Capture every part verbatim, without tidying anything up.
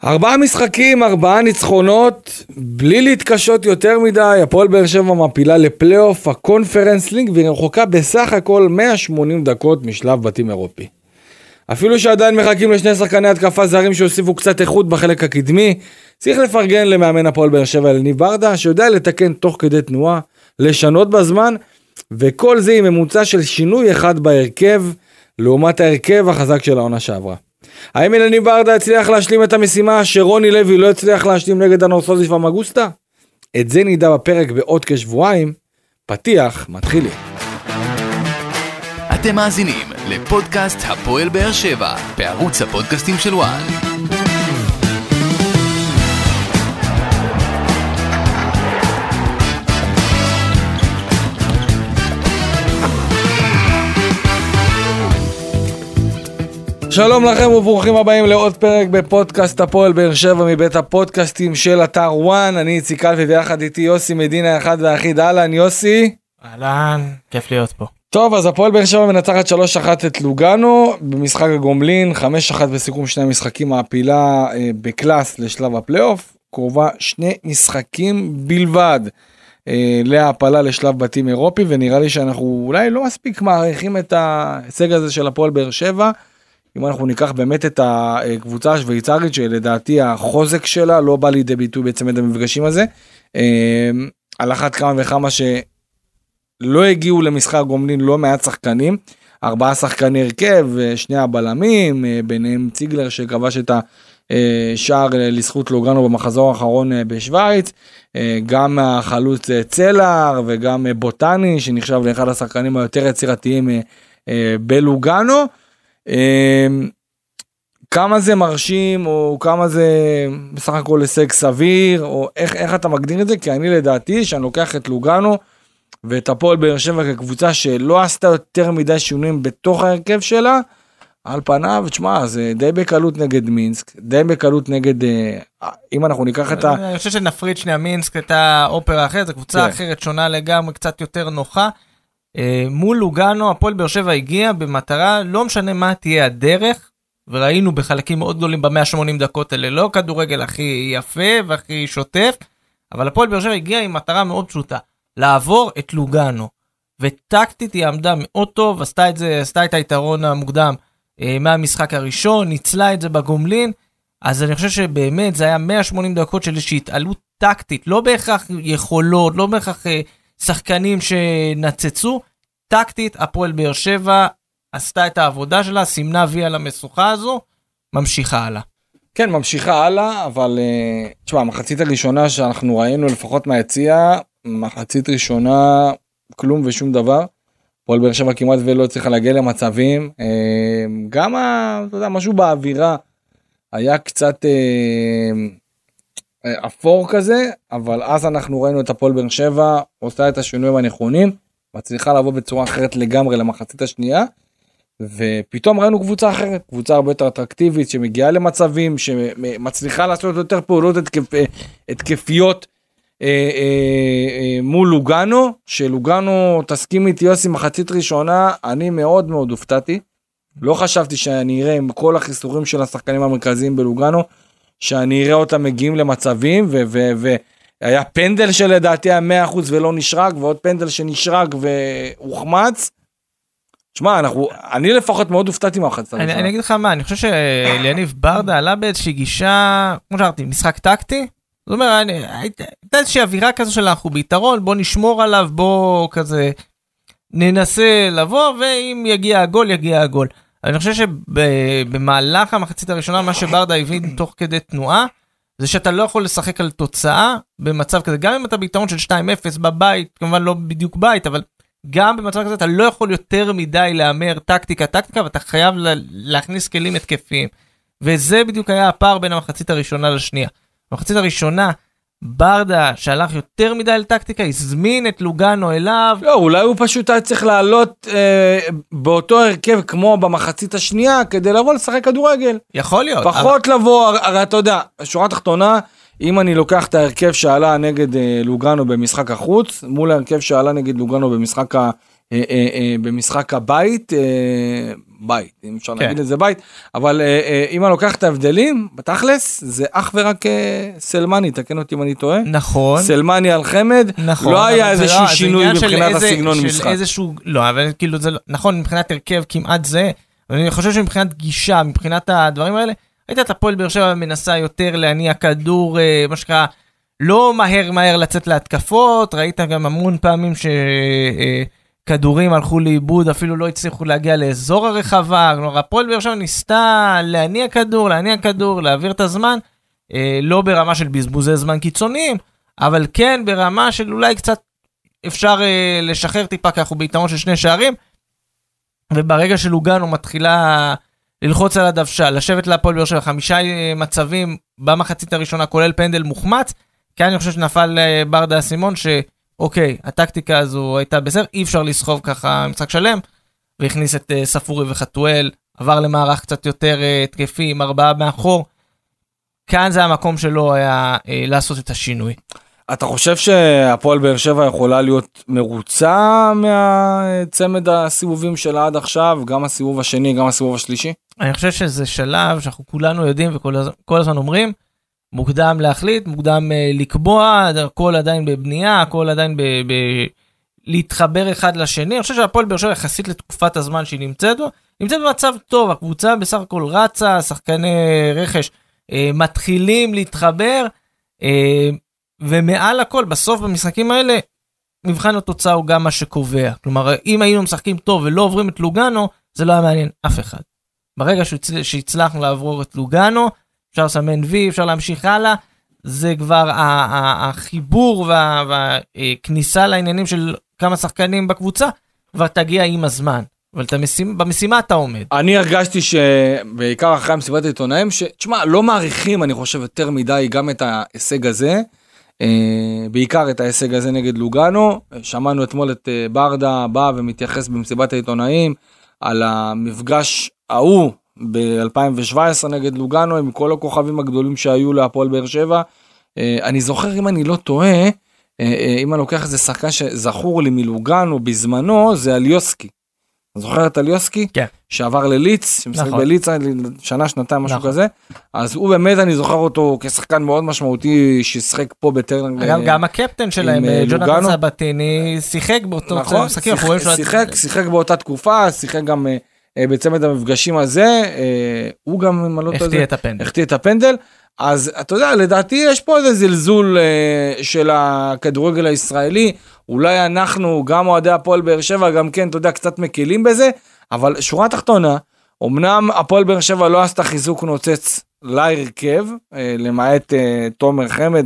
ארבעה משחקים, ארבעה ניצחונות, בלי להתקשות יותר מדי, הפועל באר שבע מפילה לפלייאוף הקונפרנס ליג, והיא רחוקה בסך הכל מאה ושמונים דקות משלב בתים אירופי. אפילו שעדיין מחכים לשני שחקני התקפה זרים שהוסיפו קצת איכות בחלק הקדמי, צריך לפרגן למאמן הפועל באר שבע אלניב ברדה, שיודע לתקן תוך כדי תנועה, לשנות בזמן, וכל זה עם ממוצע של שינוי אחד בהרכב, לעומת ההרכב החזק של העונה שעברה. האם אלניב ברדה הצליח להשלים את המשימה שרוני לוי לא הצליח להשלים נגד אנורסוזיס ומגוסטה? את זה נדע בפרק בעוד כשבועיים. פתיח, מתחילים. אתם מאזינים לפודקאסט הפועל באר שבע בערוץ הפודקאסטים של וואן. שלום לכם וברוכים הבאים לעוד פרק בפודקאסט הפועל באר שבע מבית הפודקאסטים של אתר וואן. אני איציק אלפי ויחד איתי יוסי מדינה אחד והיחיד. אהלן יוסי. אהלן, כיף להיות פה. טוב, אז הפועל באר שבע מנצחת שלוש אחת את לוגאנו במשחק הגומלין, חמש אחת בסיכום שני המשחקים, מעפילה אה, בקלאס לשלב הפלייאוף, קרובה שני משחקים בלבד אה, להעפלה לשלב בתים אירופי, ונראה לי שאנחנו אולי לא מספיק מעריכים את ההישג הזה של הפועל באר שבע. אם אנחנו ניקח באמת את הקבוצה השוויצרית שלדעתי החוזק שלה לא בא לידי ביטוי בעצם את המפגשים הזה, על אחת כמה וכמה שלא הגיעו למשחק גומלין לא מעט שחקנים, ארבעה שחקני הרכב, שני הבלמים, ביניהם ציגלר שכבש את השער לזכות לוגאנו במחזור האחרון בשוויץ, גם החלוץ צלר וגם בוטני שנחשב לאחד השחקנים היותר יצירתיים בלוגאנו. כמה זה מרשים או כמה זה בסך הכל הישג סביר, או איך, איך אתה מגדיר את זה? כי אני לדעתי שאני לוקח את לוגאנו ואת הפועל באר שבע כקבוצה שלא עשתה יותר מדי שינויים בתוך ההרכב שלה, על פניו, תשמע, זה די בקלות נגד מינסק, די בקלות נגד, אם אנחנו ניקח את ה... אני חושב שנפריד שנייה, מינסק הייתה אופרה אחרת, זו קבוצה אחרת שונה לגמרי, קצת יותר נוחה. מול לוגאנו הפועל באר שבע הגיע במטרה, לא משנה מה תהיה הדרך, וראינו בחלקים מאוד גדולים ב-מאה ושמונים דקות האלה, לא כדורגל הכי יפה והכי שוטף, אבל הפועל באר שבע הגיע עם מטרה מאוד פשוטה, לעבור את לוגאנו, וטקטית היא עמדה מאוד טוב, עשתה את זה, עשתה את היתרון המוקדם מהמשחק הראשון, ניצלה את זה בגומלין, אז אני חושב שבאמת זה היה מאה ושמונים דקות של איזושהי התעלות טקטית, לא בהכרח יכולות, לא בהכרח שחקנים שנצצו, טקטית, הפועל באר שבע עשתה את העבודה שלה, סימנה וי על המשוכה הזו, ממשיכה הלאה. כן, ממשיכה הלאה, אבל תשמע, המחצית הראשונה שאנחנו ראינו לפחות מהיציאה, מחצית ראשונה כלום ושום דבר, הפועל באר שבע כמעט ולא צריכה להגיע למצבים, גם אתה יודע, משהו באווירה היה קצת אפור כזה, אבל אז אנחנו ראינו את הפועל באר שבע עושה את השינויים הנכונים, מצליחה לבוא בצורה אחרת לגמרי למחצית השנייה, ופתאום ראינו קבוצה אחרת, קבוצה הרבה יותר אטרקטיבית, שמגיעה למצבים, שמצליחה לעשות יותר פעולות התקפיות אה, אה, אה, מול לוגאנו, שלוגאנו, תסכים איתי יוסי, מחצית ראשונה, אני מאוד מאוד הופתעתי, לא חשבתי שאני אראה עם כל החיסורים של השחקנים המרכזיים בלוגאנו, שאני אראה אותם מגיעים למצבים, והיה פנדל שלדעתי היה מאה אחוז ולא נשרק, ועוד פנדל שנשרק והוחמץ. תשמע, אנחנו, אני לפחות מאוד הופתעתי מהחצת. אני, אני אגיד לך מה, אני חושב שאליניב ברדה עלה באיזושהי גישה, כמו שאמרתי, משחק טקטי, זאת אומרת, הייתה איזושהי אווירה כזו של אנחנו ביתרון, בוא נשמור עליו, בוא כזה ננסה לבוא, ואם יגיע הגול, יגיע הגול. אני חושב שבמהלך המחצית הראשונה, מה שברדה הבין תוך כדי תנועה, זה שאתה לא יכול לשחק על תוצאה במצב כזה, גם אם אתה ביתרון של שתיים אפס בבית, כמובן לא בדיוק בית, אבל גם במצב כזה אתה לא יכול יותר מדי לאמר טקטיקה, טקטיקה, ואתה חייב להכניס כלים התקפיים. וזה בדיוק היה הפער בין המחצית הראשונה לשנייה. במחצית הראשונה, ברדה שהלך יותר מדי לטקטיקה, הזמין את לוגאנו אליו. לא, אולי הוא פשוט היה צריך לעלות אה, באותו הרכב כמו במחצית השנייה, כדי לבוא לשחק כדורגל. יכול להיות. פחות אבל... לבוא, הרי אתה יודע, שורה תחתונה, אם אני לוקח את ההרכב שעלה נגד אה, לוגאנו במשחק החוץ, מול ההרכב שעלה נגד לוגאנו במשחק אה, אה, אה, במשחק הבית, אה, בית, אם אפשר כן. להגיד את זה בית, אבל אה, אה, אם אני לוקח את ההבדלים, בתכלס, זה אך ורק אה, סלמני, תקן אותי אם אני טועה. נכון. סלמני על חמד, נכון, לא היה איזשהו לא, שינוי מבחינת איזה, הסגנון של משחק. איזשהו, לא, אבל כאילו זה נכון, מבחינת הרכב כמעט זה, אבל אני חושב שמבחינת גישה, מבחינת הדברים האלה, היית את הפועל באר שבע מנסה יותר להניע כדור, אה, מה שקרה, לא מהר מהר לצאת להתקפות, ראית גם המון פעמים שכדורים הלכו לאיבוד, אפילו לא הצליחו להגיע לאזור הרחבה, כלומר, הפועל באר שבע ניסתה להניע כדור, להניע כדור, להעביר את הזמן, לא ברמה של בזבוזי זמן קיצוניים, אבל כן ברמה של אולי קצת אפשר לשחרר טיפה, כי אנחנו ביתרון של שני שערים, וברגע שלוגנו מתחילה ללחוץ על הדוושה, לשבת להפועל באר שבע, חמישה מצבים במחצית הראשונה, כולל פנדל מוחמץ, כי אני חושב שנפל ברדה אסימון, שאוקיי, הטקטיקה הזו הייתה בסדר, אי אפשר לסחוב ככה משחק שלם, והכניס את ספורי וחתואל, עבר למערך קצת יותר תקפי, עם ארבעה מאחור, כאן זה המקום שלו היה לעשות את השינוי. אתה חושב שהפועל באר שבע יכולה להיות מרוצה מהצמד הסיבובים שלה עד עכשיו, גם הסיבוב השני, גם הסיבוב השלישי? אני חושב שזה שלב שאנחנו כולנו יודעים וכל הזמן אומרים, מוקדם להחליט, מוקדם uh, לקבוע, הכל עדיין בבנייה, הכל עדיין ב- ב- להתחבר אחד לשני. אני חושב שהפועל באר שבע יחסית לתקופת הזמן שהיא נמצאת בו, נמצאת במצב טוב, הקבוצה בסך הכל רצה, שחקני רכש uh, מתחילים להתחבר, uh, ומעל הכל, בסוף במשחקים האלה, מבחן התוצאה הוא גם מה שקובע. כלומר, אם היינו משחקים טוב ולא עוברים את לוגנו, זה לא היה מעניין אף אחד. ברגע שהצלחנו לעבור את לוגנו, אפשר לסמן וי, אפשר להמשיך הלאה, זה כבר החיבור והכניסה לעניינים של כמה שחקנים בקבוצה, כבר תגיע עם הזמן, אבל במשימה אתה עומד. אני הרגשתי שבעיקר אחרי מסיבת העיתונאים, שתשמע, לא מעריכים, אני חושב, יותר מדי גם את ההישג הזה, בעיקר את ההישג הזה נגד לוגנו, שמענו אתמול את ברדה בא ומתייחס במסיבת העיתונאים, על המפגש ההוא, ב-אלפיים שבע עשרה נגד לוגנו, עם כל הכוכבים הגדולים שהיו להפועל באר שבע. אני זוכר, אם אני לא טועה, אם אני לוקח איזה שחקן שזכור לי מלוגנו בזמנו, זה אליוסקי. זוכר את אליוסקי? כן. שעבר לליץ, שמשחק נכון. בליץ, שנה, שנתיים, משהו נכון. כזה. אז הוא באמת, אני זוכר אותו כשחקן מאוד משמעותי, ששחק פה בטרנר. גם, גם הקפטן שלהם, ג'ונתן סבתיני, שיחק באותו נכון, משחקים. שיחק, שיחק, שיחק באותה תקופה, שיחק גם בצמד המפגשים הזה, הוא גם החטיא את הפנדל. החטיא את הפנדל, אז אתה יודע, לדעתי יש פה איזה זלזול של הכדורגל הישראלי, אולי אנחנו, גם אוהדי הפועל באר שבע, גם כן, אתה יודע, קצת מקלים בזה, אבל שורה תחתונה, אמנם הפועל באר שבע לא עשתה חיזוק נוצץ להרכב, למעט תומר חמד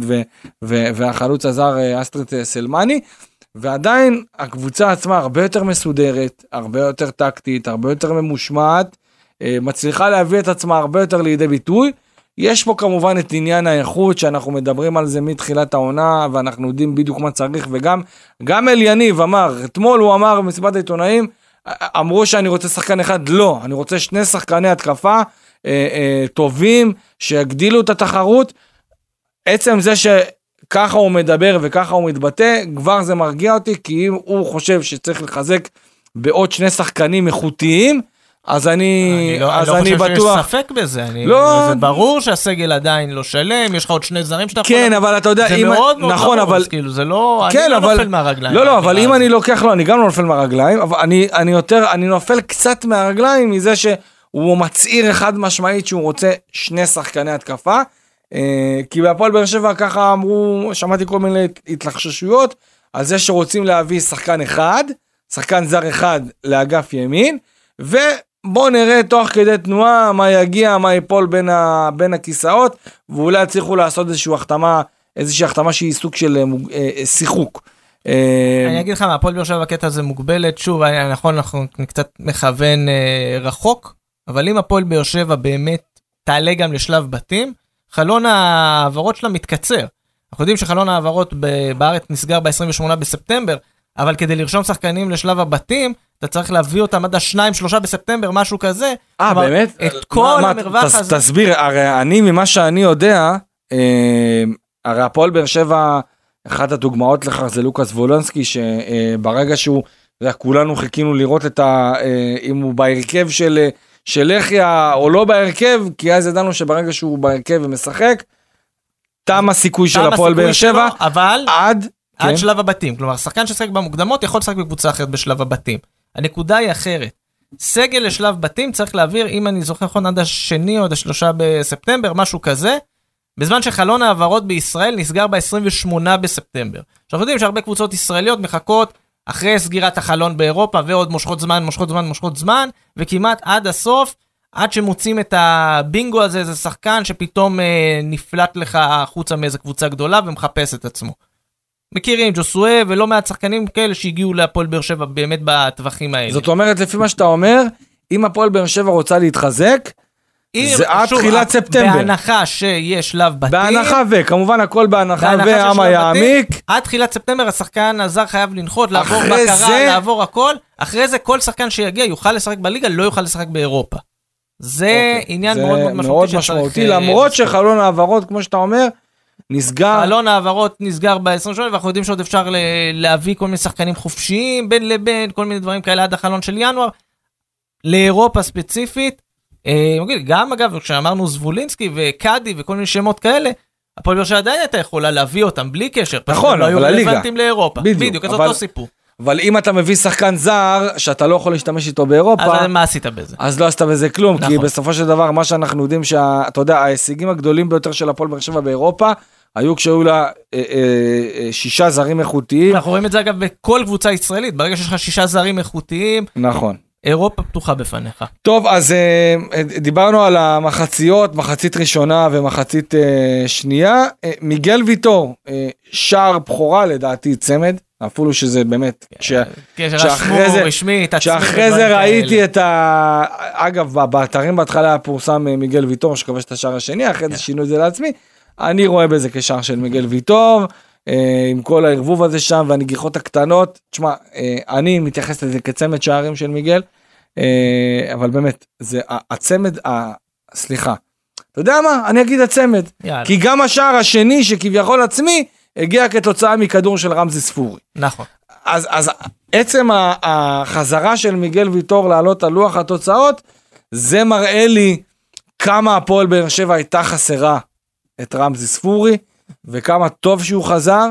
והחלוץ הזר אסטרית סלמני, ועדיין הקבוצה עצמה הרבה יותר מסודרת, הרבה יותר טקטית, הרבה יותר ממושמעת, מצליחה להביא את עצמה הרבה יותר לידי ביטוי. יש פה כמובן את עניין האיכות, שאנחנו מדברים על זה מתחילת העונה, ואנחנו יודעים בדיוק מה צריך, וגם גם אליניב אמר, אתמול הוא אמר במסיבת העיתונאים, אמרו שאני רוצה שחקן אחד, לא, אני רוצה שני שחקני התקפה אה, אה, טובים, שיגדילו את התחרות. עצם זה ש... ככה הוא מדבר וככה הוא מתבטא, כבר זה מרגיע אותי, כי אם הוא חושב שצריך לחזק בעוד שני שחקנים איכותיים, אז אני, אני לא, אז אני אני לא בטוח. חושב שיש ספק בזה, אני, לא, זה ברור שהסגל עדיין לא שלם, יש לך עוד שני זרים שאתה כן, יכול... אבל אתה יודע, זה אם... מאוד מאוד נכון, ברור, אבל... אז כאילו, זה לא... כן, אני לא אבל... נופל מהרגליים. לא, לא, אבל אם אני לוקח, לא, אני גם לא נופל מהרגליים, אבל אני, אני יותר, אני נופל קצת מהרגליים מזה שהוא מצעיר אחד משמעית שהוא רוצה שני שחקני התקפה, כי בהפועל באר שבע ככה אמרו, שמעתי כל מיני התלחששויות, על זה שרוצים להביא שחקן אחד, שחקן זר אחד לאגף ימין, ובוא נראה תוך כדי תנועה מה יגיע, מה ייפול בין, ה, בין הכיסאות, ואולי יצליחו לעשות איזושהי החתמה, איזושהי החתמה שהיא סוג של אה, שיחוק. אני אגיד לך מה, הפועל באר שבע בקטע הזה מוגבלת, שוב, נכון, אנחנו קצת מכוון אה, רחוק, אבל אם הפועל באר שבע באמת תעלה גם לשלב בתים, חלון העברות שלה מתקצר. אנחנו יודעים שחלון העברות בארץ נסגר ב-עשרים ושמונה בספטמבר, אבל כדי לרשום שחקנים לשלב הבתים, אתה צריך להביא אותם עד ה-שניים שלושה בספטמבר, משהו כזה. אה, באמת? את כל המרווח הזה. תסביר, הרי אני, ממה שאני יודע, הרי הפועל באר שבע, אחת הדוגמאות לכך זה לוקאס וולנסקי, שברגע שהוא כולנו חיכינו לראות את ה, אם הוא בהרכב של, של לחיה או לא בהרכב, כי אז ידענו שברגע שהוא בהרכב ומשחק, תם הסיכוי של הפועל באר שבע, אבל עד, עד כן. שלב הבתים, כלומר, שחקן ששחק במוקדמות יכול לשחק בקבוצה אחרת בשלב הבתים. הנקודה היא אחרת. סגל לשלב בתים צריך להעביר, אם אני זוכר נכון, עד השני או עד השלושה בספטמבר, משהו כזה, בזמן שחלון העברות בישראל נסגר ב-עשרים ושמונה בספטמבר. שאנחנו יודעים שהרבה קבוצות ישראליות מחכות אחרי סגירת החלון באירופה, ועוד מושכות זמן, מושכות זמן, מושכות זמן, וכמעט עד הסוף, עד שמוצאים את הבינגו הזה, זה שחקן שפתאום אה, נפלט לך החוצה מאיזו קבוצה גדולה, ומחפש את עצמו. מכירים, ג'וסואה ולא מעט שחקנים כאלה שהגיעו להפועל באר שבע באמת בטווחים האלה. זאת אומרת, לפי מה שאתה אומר, אם הפועל באר שבע רוצה להתחזק, זה עד תחילת ספטמבר. בהנחה שיש שלב בתים. בהנחה וכמובן הכל בהנחה והמה יעמיק. עד תחילת ספטמבר השחקן הזר חייב לנחות, לעבור בקרה, לעבור הכל. אחרי זה כל שחקן שיגיע יוכל לשחק בליגה, לא יוכל לשחק באירופה. זה עניין מאוד מאוד משמעותי. מאוד משמעותי, למרות שחלון העברות, כמו שאתה אומר, נסגר. חלון העברות נסגר ב-עשרים ושמונה, ואנחנו יודעים שעוד אפשר להביא כל מיני שחקנים חופשיים, בין לבין, כל מיני דברים כאלה עד החלון של ינואר. לאירופה ספציפית, גם אגב, כשאמרנו זבולינסקי וקאדי וכל מיני שמות כאלה, הפועל באר שבע עדיין הייתה יכולה להביא אותם בלי קשר. נכון, אבל הליגה. לא היו רלוונטיים לאירופה. בדיוק, אז אותו סיפור. אבל אם אתה מביא שחקן זר, שאתה לא יכול להשתמש איתו באירופה, אז מה עשית בזה? אז לא עשית בזה כלום, כי בסופו של דבר, מה שאנחנו יודעים, אתה יודע, ההישגים הגדולים ביותר של הפועל באר שבע באירופה, היו כשהיו לה שישה זרים איכותיים. אנחנו רואים את זה אגב בכל קבוצה ישראלית, ברגע שיש לך שישה זרים איכותיים, נכון. אירופה פתוחה בפניך. טוב, אז דיברנו על המחציות, מחצית ראשונה ומחצית שנייה. מיגל ויטור, שער בכורה לדעתי צמד, אפילו שזה באמת, שאחרי זה ראיתי את ה... אגב, באתרים בהתחלה היה פורסם מיגל ויטור שכבש את השער השני, אחרי זה שינו את זה לעצמי, אני רואה בזה כשער של מיגל ויטור, עם כל הערבוב הזה שם והנגיחות הקטנות. תשמע, אני מתייחס לזה כצמד שערים של מיגל, אבל באמת, זה הצמד, סליחה, אתה יודע מה? אני אגיד הצמד, כי גם השער השני שכביכול עצמי, הגיע כתוצאה מכדור של רמזי ספורי. נכון. אז, אז עצם החזרה של מיגל ויטור לעלות על לוח התוצאות, זה מראה לי כמה הפועל באר שבע הייתה חסרה את רמזי ספורי, וכמה טוב שהוא חזר,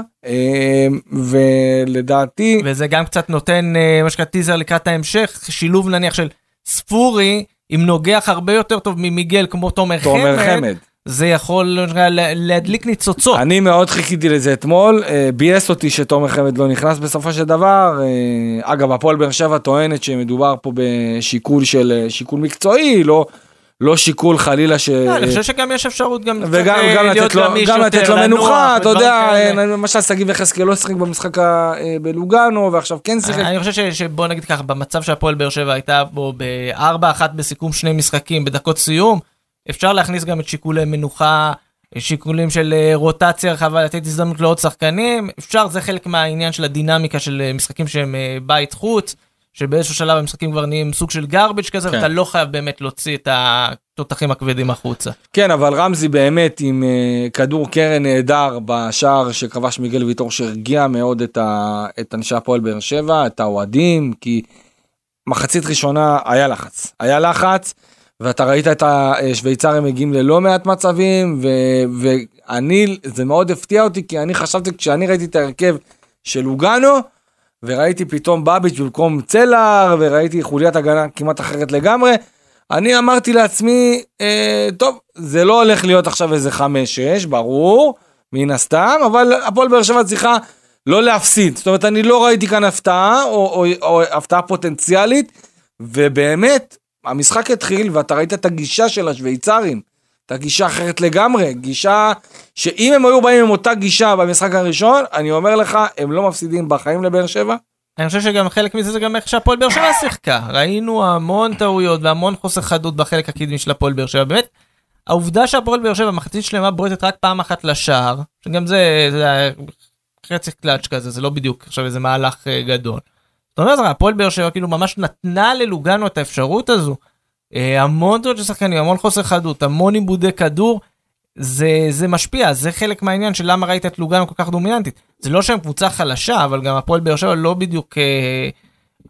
ולדעתי... וזה גם קצת נותן, משקע טיזר לקראת ההמשך, שילוב נניח של ספורי, עם נוגח הרבה יותר טוב ממיגל כמו תומר חמד. תומר חמד. זה יכול להדליק ניצוצות. אני מאוד חיכיתי לזה אתמול, בייס אותי שתומר חמד לא נכנס בסופו של דבר. אגב, הפועל באר שבע טוענת שמדובר פה בשיקול של שיקול מקצועי, לא... לא שיקול חלילה ש... אני חושב שגם יש אפשרות גם וגם גם לתת לו מנוחה, אתה יודע, למשל סגיב יחזקאל לא שחק במשחק בלוגאנו, ועכשיו כן שיחק. אני חושב שבוא נגיד ככה, במצב שהפועל באר שבע הייתה בו ב-ארבע אחת בסיכום שני משחקים בדקות סיום, אפשר להכניס גם את שיקולי מנוחה, שיקולים של רוטציה רחבה, לתת הזדמנות לעוד שחקנים, אפשר, זה חלק מהעניין של הדינמיקה של משחקים שהם בית חוץ, שבאיזשהו שלב המשחקים כבר נהיים סוג של גרביץ' כזה, כן. ואתה לא חייב באמת להוציא את התותחים הכבדים החוצה. כן, אבל רמזי באמת עם uh, כדור קרן נהדר בשער שכבש מיגל ויטור, שהרגיע מאוד את, ה, את אנשי הפועל באר שבע, את האוהדים, כי מחצית ראשונה היה לחץ. היה לחץ, ואתה ראית את השוויצרים מגיעים ללא מעט מצבים, ו, ואני, זה מאוד הפתיע אותי, כי אני חשבתי, כשאני ראיתי את ההרכב של לוגאנו, וראיתי פתאום בביץ' במקום צלר, וראיתי חוליית הגנה כמעט אחרת לגמרי, אני אמרתי לעצמי, אה, טוב, זה לא הולך להיות עכשיו איזה חמש שש, ברור, מן הסתם, אבל הפועל באר שבע צריכה לא להפסיד, זאת אומרת, אני לא ראיתי כאן הפתעה, או, או, או הפתעה פוטנציאלית, ובאמת, המשחק התחיל, ואתה ראית את הגישה של השוויצרים, את הגישה אחרת לגמרי, גישה שאם הם היו באים עם אותה גישה במשחק הראשון, אני אומר לך, הם לא מפסידים בחיים לבאר שבע. אני חושב שגם חלק מזה זה גם איך שהפועל באר שבע שיחקה, ראינו המון טעויות והמון חוסר חדות בחלק הקדמי של הפועל באר שבע, באמת, העובדה שהפועל באר שבע מחצית שלמה בועטת רק פעם אחת לשער, שגם זה, זה חצי קלאץ' כזה, זה לא בדיוק עכשיו איזה מהלך גדול. זאת אומרת, הפועל באר שבע כאילו ממש נתנה ללוגאנו את האפשרות הזו, המון טעות של שחקנים, המון חוסר חדות, המון עיבודי כדור, זה, זה משפיע, זה חלק מהעניין של למה ראית את לוגאנו כל כך דומיננטית. זה לא שהם קבוצה חלשה, אבל גם הפועל באר שבע לא בדיוק אה,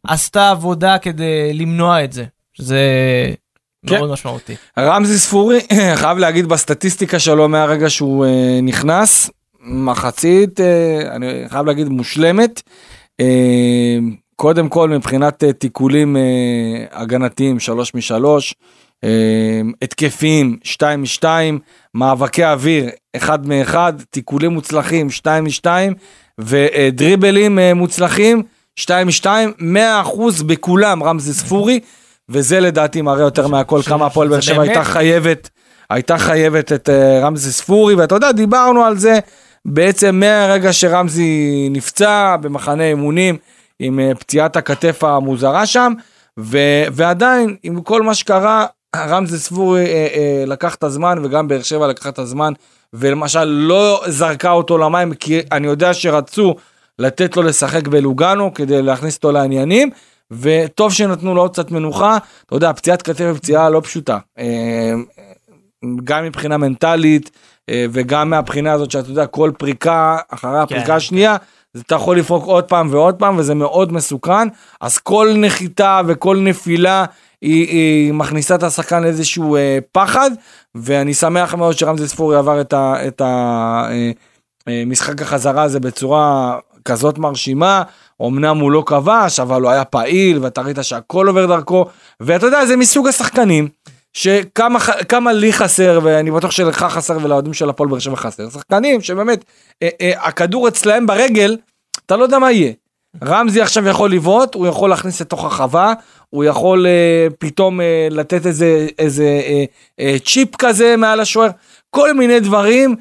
עשתה עבודה כדי למנוע את זה, שזה כן. מאוד משמעותי. רמזי ספורי, חייב להגיד בסטטיסטיקה שלו מהרגע שהוא אה, נכנס, מחצית, אה, אני חייב להגיד מושלמת, אה, קודם כל מבחינת אה, תיקולים אה, הגנתיים, שלוש משלוש, אה, התקפים, שתיים משתיים, מאבקי אוויר, אחד מאחד, תיקולים מוצלחים, שתיים משתיים, ודריבלים אה, מוצלחים, שתיים משתיים, מאה אחוז בכולם רמזי ספורי, וזה לדעתי מראה יותר מהכל כמה הפועל באר שבע הייתה חייבת, הייתה חייבת את רמזי ספורי, ואתה יודע, דיברנו על זה בעצם מהרגע שרמזי נפצע במחנה אימונים, עם פציעת הכתף המוזרה שם, ועדיין עם כל מה שקרה, רמזי ספורי לקח את הזמן, וגם באר שבע לקח את הזמן, ולמשל לא זרקה אותו למים, כי אני יודע שרצו לתת לו לשחק בלוגנו, כדי להכניס אותו לעניינים, וטוב שנתנו לו עוד קצת מנוחה, אתה יודע, פציעת כתף ופציעה לא פשוטה, גם מבחינה מנטלית, וגם מהבחינה הזאת שאתה יודע, כל פריקה, אחרי הפריקה השנייה, אתה יכול לפרוק עוד פעם ועוד פעם, וזה מאוד מסוכן, אז כל נחיתה וכל נפילה, היא, היא מכניסה את השחקן לאיזשהו אה, פחד, ואני שמח מאוד שרמזי ספורי עבר את, ה, את המשחק החזרה הזה בצורה כזאת מרשימה, אמנם הוא לא כבש, אבל הוא היה פעיל, ואתה ראית שהכל עובר דרכו, ואתה יודע, זה מסוג השחקנים, שכמה כמה לי חסר, ואני בטוח שלך חסר, ולעודים של הפועל באר שבע חסר, שחקנים שבאמת, אה, אה, הכדור אצלהם ברגל, אתה לא יודע מה יהיה, רמזי עכשיו יכול לבעוט, הוא יכול להכניס לתוך החווה, הוא יכול אה, פתאום אה, לתת איזה, איזה אה, אה, צ'יפ כזה מעל השוער, כל מיני דברים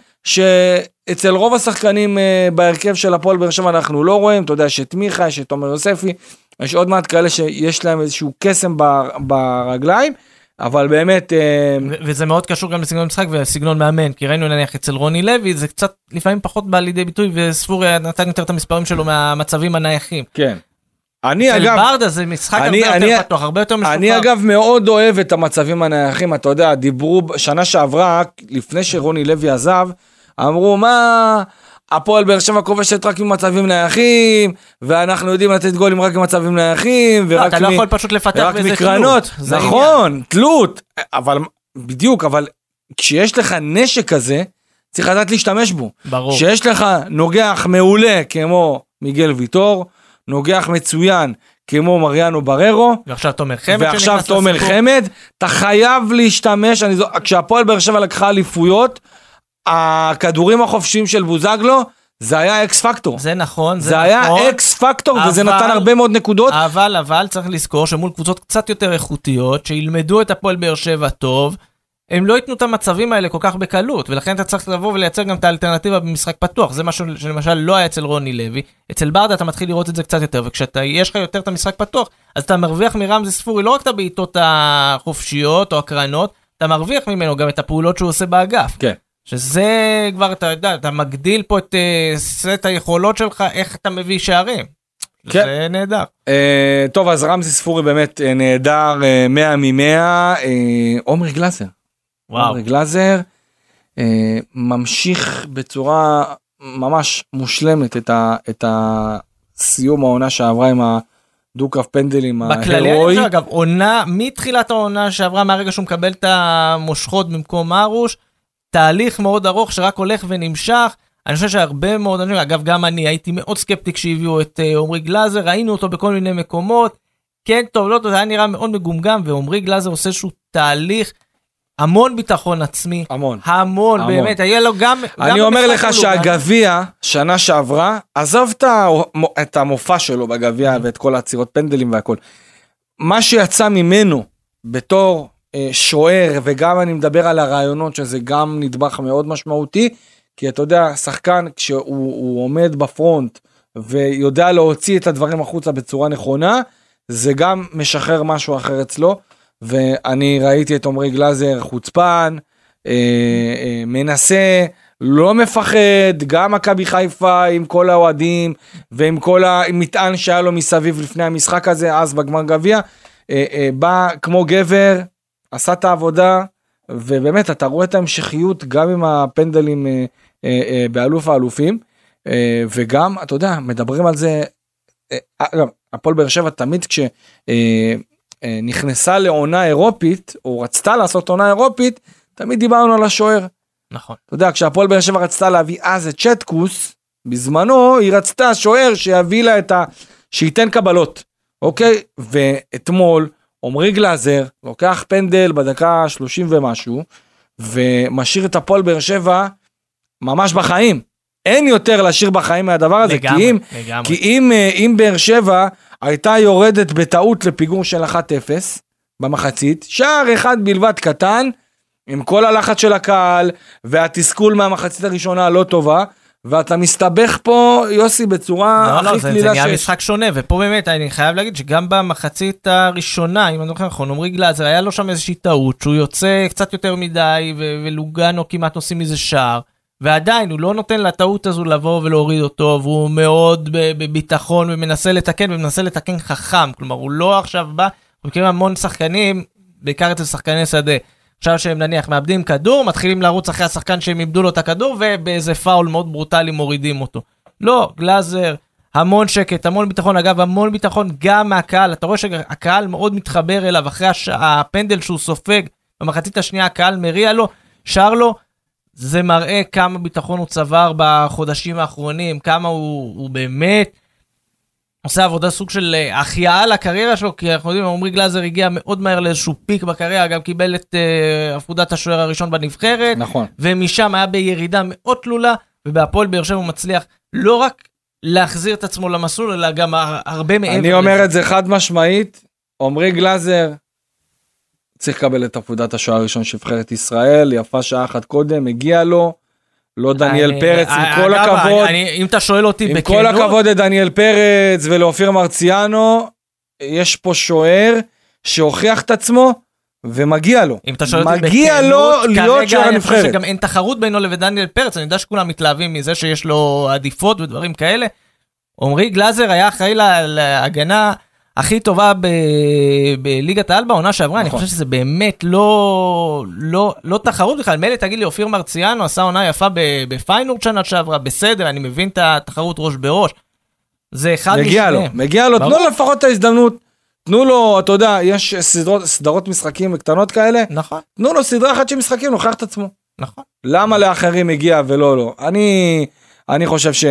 שאצל רוב השחקנים אה, בהרכב של הפועל באר שבע אנחנו לא רואים, אתה יודע, יש את מיכה, יש את תומר יוספי, יש עוד מעט כאלה שיש להם איזשהו קסם ברגליים, אבל באמת... וזה מאוד קשור גם לסגנון משחק ולסגנון מאמן, כי ראינו נניח אצל רוני לוי, זה קצת לפעמים פחות בא לידי ביטוי, וספורי נתן יותר את המספרים שלו מהמצבים הנייחים. כן. אני אצל אגב... ברדה זה משחק הרבה יותר פתוח, הרבה יותר משוחרר. אני אגב מאוד אוהב את המצבים הנייחים, אתה יודע, דיברו שנה שעברה, לפני שרוני לוי עזב, אמרו מה... הפועל באר שבע כובשת רק עם מצבים נייחים, ואנחנו יודעים לתת גולים רק עם מצבים נייחים, ורק אתה לא יכול פשוט לפתח באיזה תלות. נכון, תלות, אבל בדיוק, אבל כשיש לך נשק כזה, צריך לדעת להשתמש בו. ברור. כשיש לך נוגח מעולה כמו מיגל ויטור, נוגח מצוין כמו מריאנו בררו, ועכשיו תומר חמד, ועכשיו תומר חמד, אתה חייב להשתמש, כשהפועל באר שבע לקחה אליפויות, הכדורים החופשיים של בוזגלו, זה היה אקס פקטור. זה נכון, זה, זה היה נכון, אקס פקטור, אבל, וזה נתן הרבה מאוד נקודות. אבל, אבל צריך לזכור שמול קבוצות קצת יותר איכותיות, שילמדו את הפועל באר שבע טוב, הם לא ייתנו את המצבים האלה כל כך בקלות, ולכן אתה צריך לבוא ולייצר גם את האלטרנטיבה במשחק פתוח. זה משהו שלמשל לא היה אצל רוני לוי, אצל ברדה אתה מתחיל לראות את זה קצת יותר, וכשאתה, יש לך יותר את המשחק פתוח, אז אתה מרוויח מרמזי ספורי לא רק את הבעיטות החופשיות או הקרנות, אתה מרוויח ממנו גם את הפעולות שהוא עושה באגף. כן. שזה כבר, אתה יודע, אתה מגדיל פה את סט היכולות שלך, איך אתה מביא שערים. כן. זה נהדר. אה, טוב, אז רמזי ספורי באמת אה, נהדר, אה, מאה ממאה, אה, עומרי גלאזר. וואו. עומרי גלאזר אה, ממשיך בצורה ממש מושלמת את, ה, את הסיום העונה שעברה עם הדו-קרב פנדלים ההירואי. בכללי, אגב, עונה, מתחילת העונה שעברה, מהרגע שהוא מקבל את המושכות במקום מרוש, תהליך מאוד ארוך שרק הולך ונמשך. אני חושב שהרבה מאוד, אגב גם אני הייתי מאוד סקפטי כשהביאו את עומרי גלאזר, ראינו אותו בכל מיני מקומות, כן טוב לא טוב, זה היה נראה מאוד מגומגם, ועומרי גלאזר עושה איזשהו תהליך, המון ביטחון עצמי, המון, המון, המון. באמת, היה לו גם... אני גם אומר לך שהגביע, שנה שעברה, עזוב את המופע שלו בגביע, ואת כל העצירות פנדלים והכל, מה שיצא ממנו בתור... שוער, וגם אני מדבר על הרעיונות שזה גם נדבך מאוד משמעותי, כי אתה יודע, שחקן כשהוא עומד בפרונט ויודע להוציא את הדברים החוצה בצורה נכונה, זה גם משחרר משהו אחר אצלו, ואני ראיתי את עומרי גלאזר חוצפן, מנסה, לא מפחד, גם מכבי חיפה עם כל האוהדים, ועם כל המטען שהיה לו מסביב לפני המשחק הזה, אז בגמר גביע, בא כמו גבר, עשה את העבודה, ובאמת אתה רואה את ההמשכיות גם עם הפנדלים אה, אה, אה, באלוף האלופים, אה, וגם, אתה יודע, מדברים על זה הפועל באר שבע תמיד כשנכנסה לעונה אירופית, או רצתה לעשות עונה אירופית, תמיד דיברנו על השוער. נכון. אתה יודע, כשהפועל באר שבע רצתה להביא אז את צ'טקוס, בזמנו היא רצתה שוער שיביא לה את ה... שייתן קבלות, אוקיי? ואתמול, עומרי גלאזר, לוקח פנדל בדקה שלושים ומשהו, ומשאיר את הפועל באר שבע ממש בחיים. אין יותר להשאיר בחיים מהדבר הזה, לגמרי, כי אם, לגמרי. כי אם, אם באר שבע הייתה יורדת בטעות לפיגור של אחת אפס במחצית, שער אחד בלבד קטן, עם כל הלחץ של הקהל, והתסכול מהמחצית הראשונה לא טובה, ואתה מסתבך פה, יוסי, בצורה לא, הכי לא, זה, כלילה זה נהיה שיש. משחק שונה, ופה באמת אני חייב להגיד שגם במחצית הראשונה, אם אני זוכר נכון, עומרי גלאזר, היה לו שם איזושהי טעות, שהוא יוצא קצת יותר מדי, ו- ולוגנו כמעט עושים איזה שער, ועדיין הוא לא נותן לטעות הזו לבוא ולהוריד אותו, והוא מאוד בביטחון, ומנסה לתקן, ומנסה לתקן חכם, כלומר הוא לא עכשיו בא, הוא מכירים המון שחקנים, בעיקר אצל שחקני שדה, עכשיו שהם נניח מאבדים כדור, מתחילים לרוץ אחרי השחקן שהם איבדו לו את הכדור, ובאיזה פאול מאוד ברוטלי מורידים אותו. לא, גלאזר, המון שקט, המון ביטחון, אגב, המון ביטחון גם מהקהל, אתה רואה שהקהל מאוד מתחבר אליו, אחרי הש... הפנדל שהוא סופג, במחצית השנייה הקהל מריע לו, שר לו, זה מראה כמה ביטחון הוא צבר בחודשים האחרונים, כמה הוא, הוא באמת עושה עבודה סוג של החייאה לקריירה שלו, כי אנחנו יודעים, עומרי גלאזר הגיע מאוד מהר לאיזשהו פיק בקריירה, גם קיבל את uh, הפקודת השוער הראשון בנבחרת, נכון. ומשם היה בירידה מאוד תלולה, ובהפועל באר שבע הוא מצליח לא רק להחזיר את עצמו למסלול, אלא גם הרבה מעבר. אני אומר לזה. את זה חד משמעית, עומרי גלאזר צריך לקבל את הפקודת השוער הראשון של נבחרת ישראל, יפה שעה אחת קודם, הגיע לו, לא דניאל אני, פרץ, אני, עם כל אגב, הכבוד, אני, אני, אם אתה שואל אותי עם בכנות, כל הכבוד לדניאל פרץ ולאופיר מרציאנו, יש פה שוער שהוכיח את עצמו, ומגיע לו. אם אתה שואל אותי מגיע בכנות, לו להיות שוער הנבחרת. כרגע אני חושב שגם אין תחרות בינו לבין דניאל פרץ, אני יודע שכולם מתלהבים מזה שיש לו עדיפות ודברים כאלה. עומרי גלאזר היה אחראי להגנה הכי טובה ב- בליגת העל בעונה שעברה, נכון. אני חושב שזה באמת לא, לא, לא תחרות בכלל. מילא תגיד לי, אופיר מרציאנו עשה עונה יפה בפיינורד שנה שעברה, בסדר, אני מבין את התחרות ראש בראש. זה אחד מגיע משניהם. לו, מגיע לו, תנו לו לפחות את ההזדמנות, תנו לו, אתה יודע, יש סדרות, סדרות משחקים קטנות כאלה, נכון. תנו לו סדרה אחת של משחקים, נוכח את עצמו. נכון. למה לאחרים מגיע ולא לא? אני, אני חושב ש,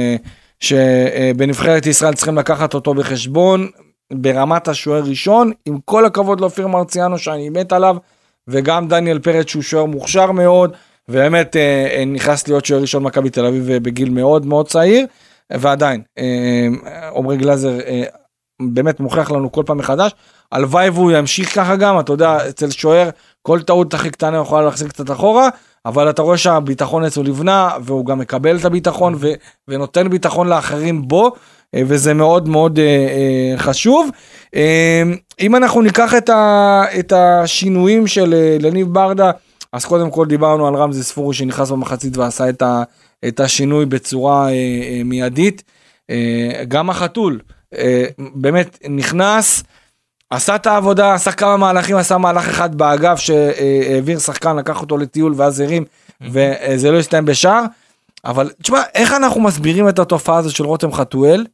שבנבחרת ישראל צריכים לקחת אותו בחשבון, ברמת השוער ראשון, עם כל הכבוד לאופיר מרציאנו שאני מת עליו, וגם דניאל פרץ שהוא שוער מוכשר מאוד, ובאמת אה, נכנס להיות שוער ראשון מכבי תל אביב בגיל מאוד מאוד צעיר, ועדיין, אה, עומרי גלאזר אה, באמת מוכיח לנו כל פעם מחדש, הלוואי והוא ימשיך ככה גם, אתה יודע, אצל שוער, כל טעות הכי קטנה יכולה להחזיק קצת אחורה, אבל אתה רואה שהביטחון אצלו לבנה, והוא גם מקבל את הביטחון, ו, ונותן ביטחון לאחרים בו, וזה מאוד מאוד uh, חשוב. Uh, אם אנחנו ניקח את, ה, את השינויים של uh, לניב ברדה, אז קודם כל דיברנו על רמזי ספורי שנכנס במחצית ועשה את, ה, את השינוי בצורה uh, uh, מיידית. Uh, גם החתול uh, באמת נכנס, עשה את העבודה, עשה כמה מהלכים, עשה מהלך אחד באגף שהעביר שחקן, לקח אותו לטיול ואז הרים, וזה לא הסתיים בשער. אבל תשמע, איך אנחנו מסבירים את התופעה הזאת של רותם חתואל?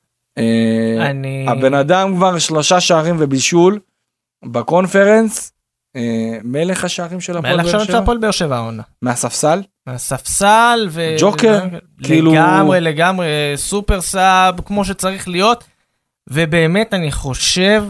אני... הבן אדם כבר שלושה שערים ובישול בקונפרנס, מלך השערים של הפועל באר שבע. מלך של הפועל באר שבע העונה. מהספסל? מהספסל ו... ג'וקר? כאילו... לגמרי, לגמרי, סופר סאב, כמו שצריך להיות, ובאמת אני חושב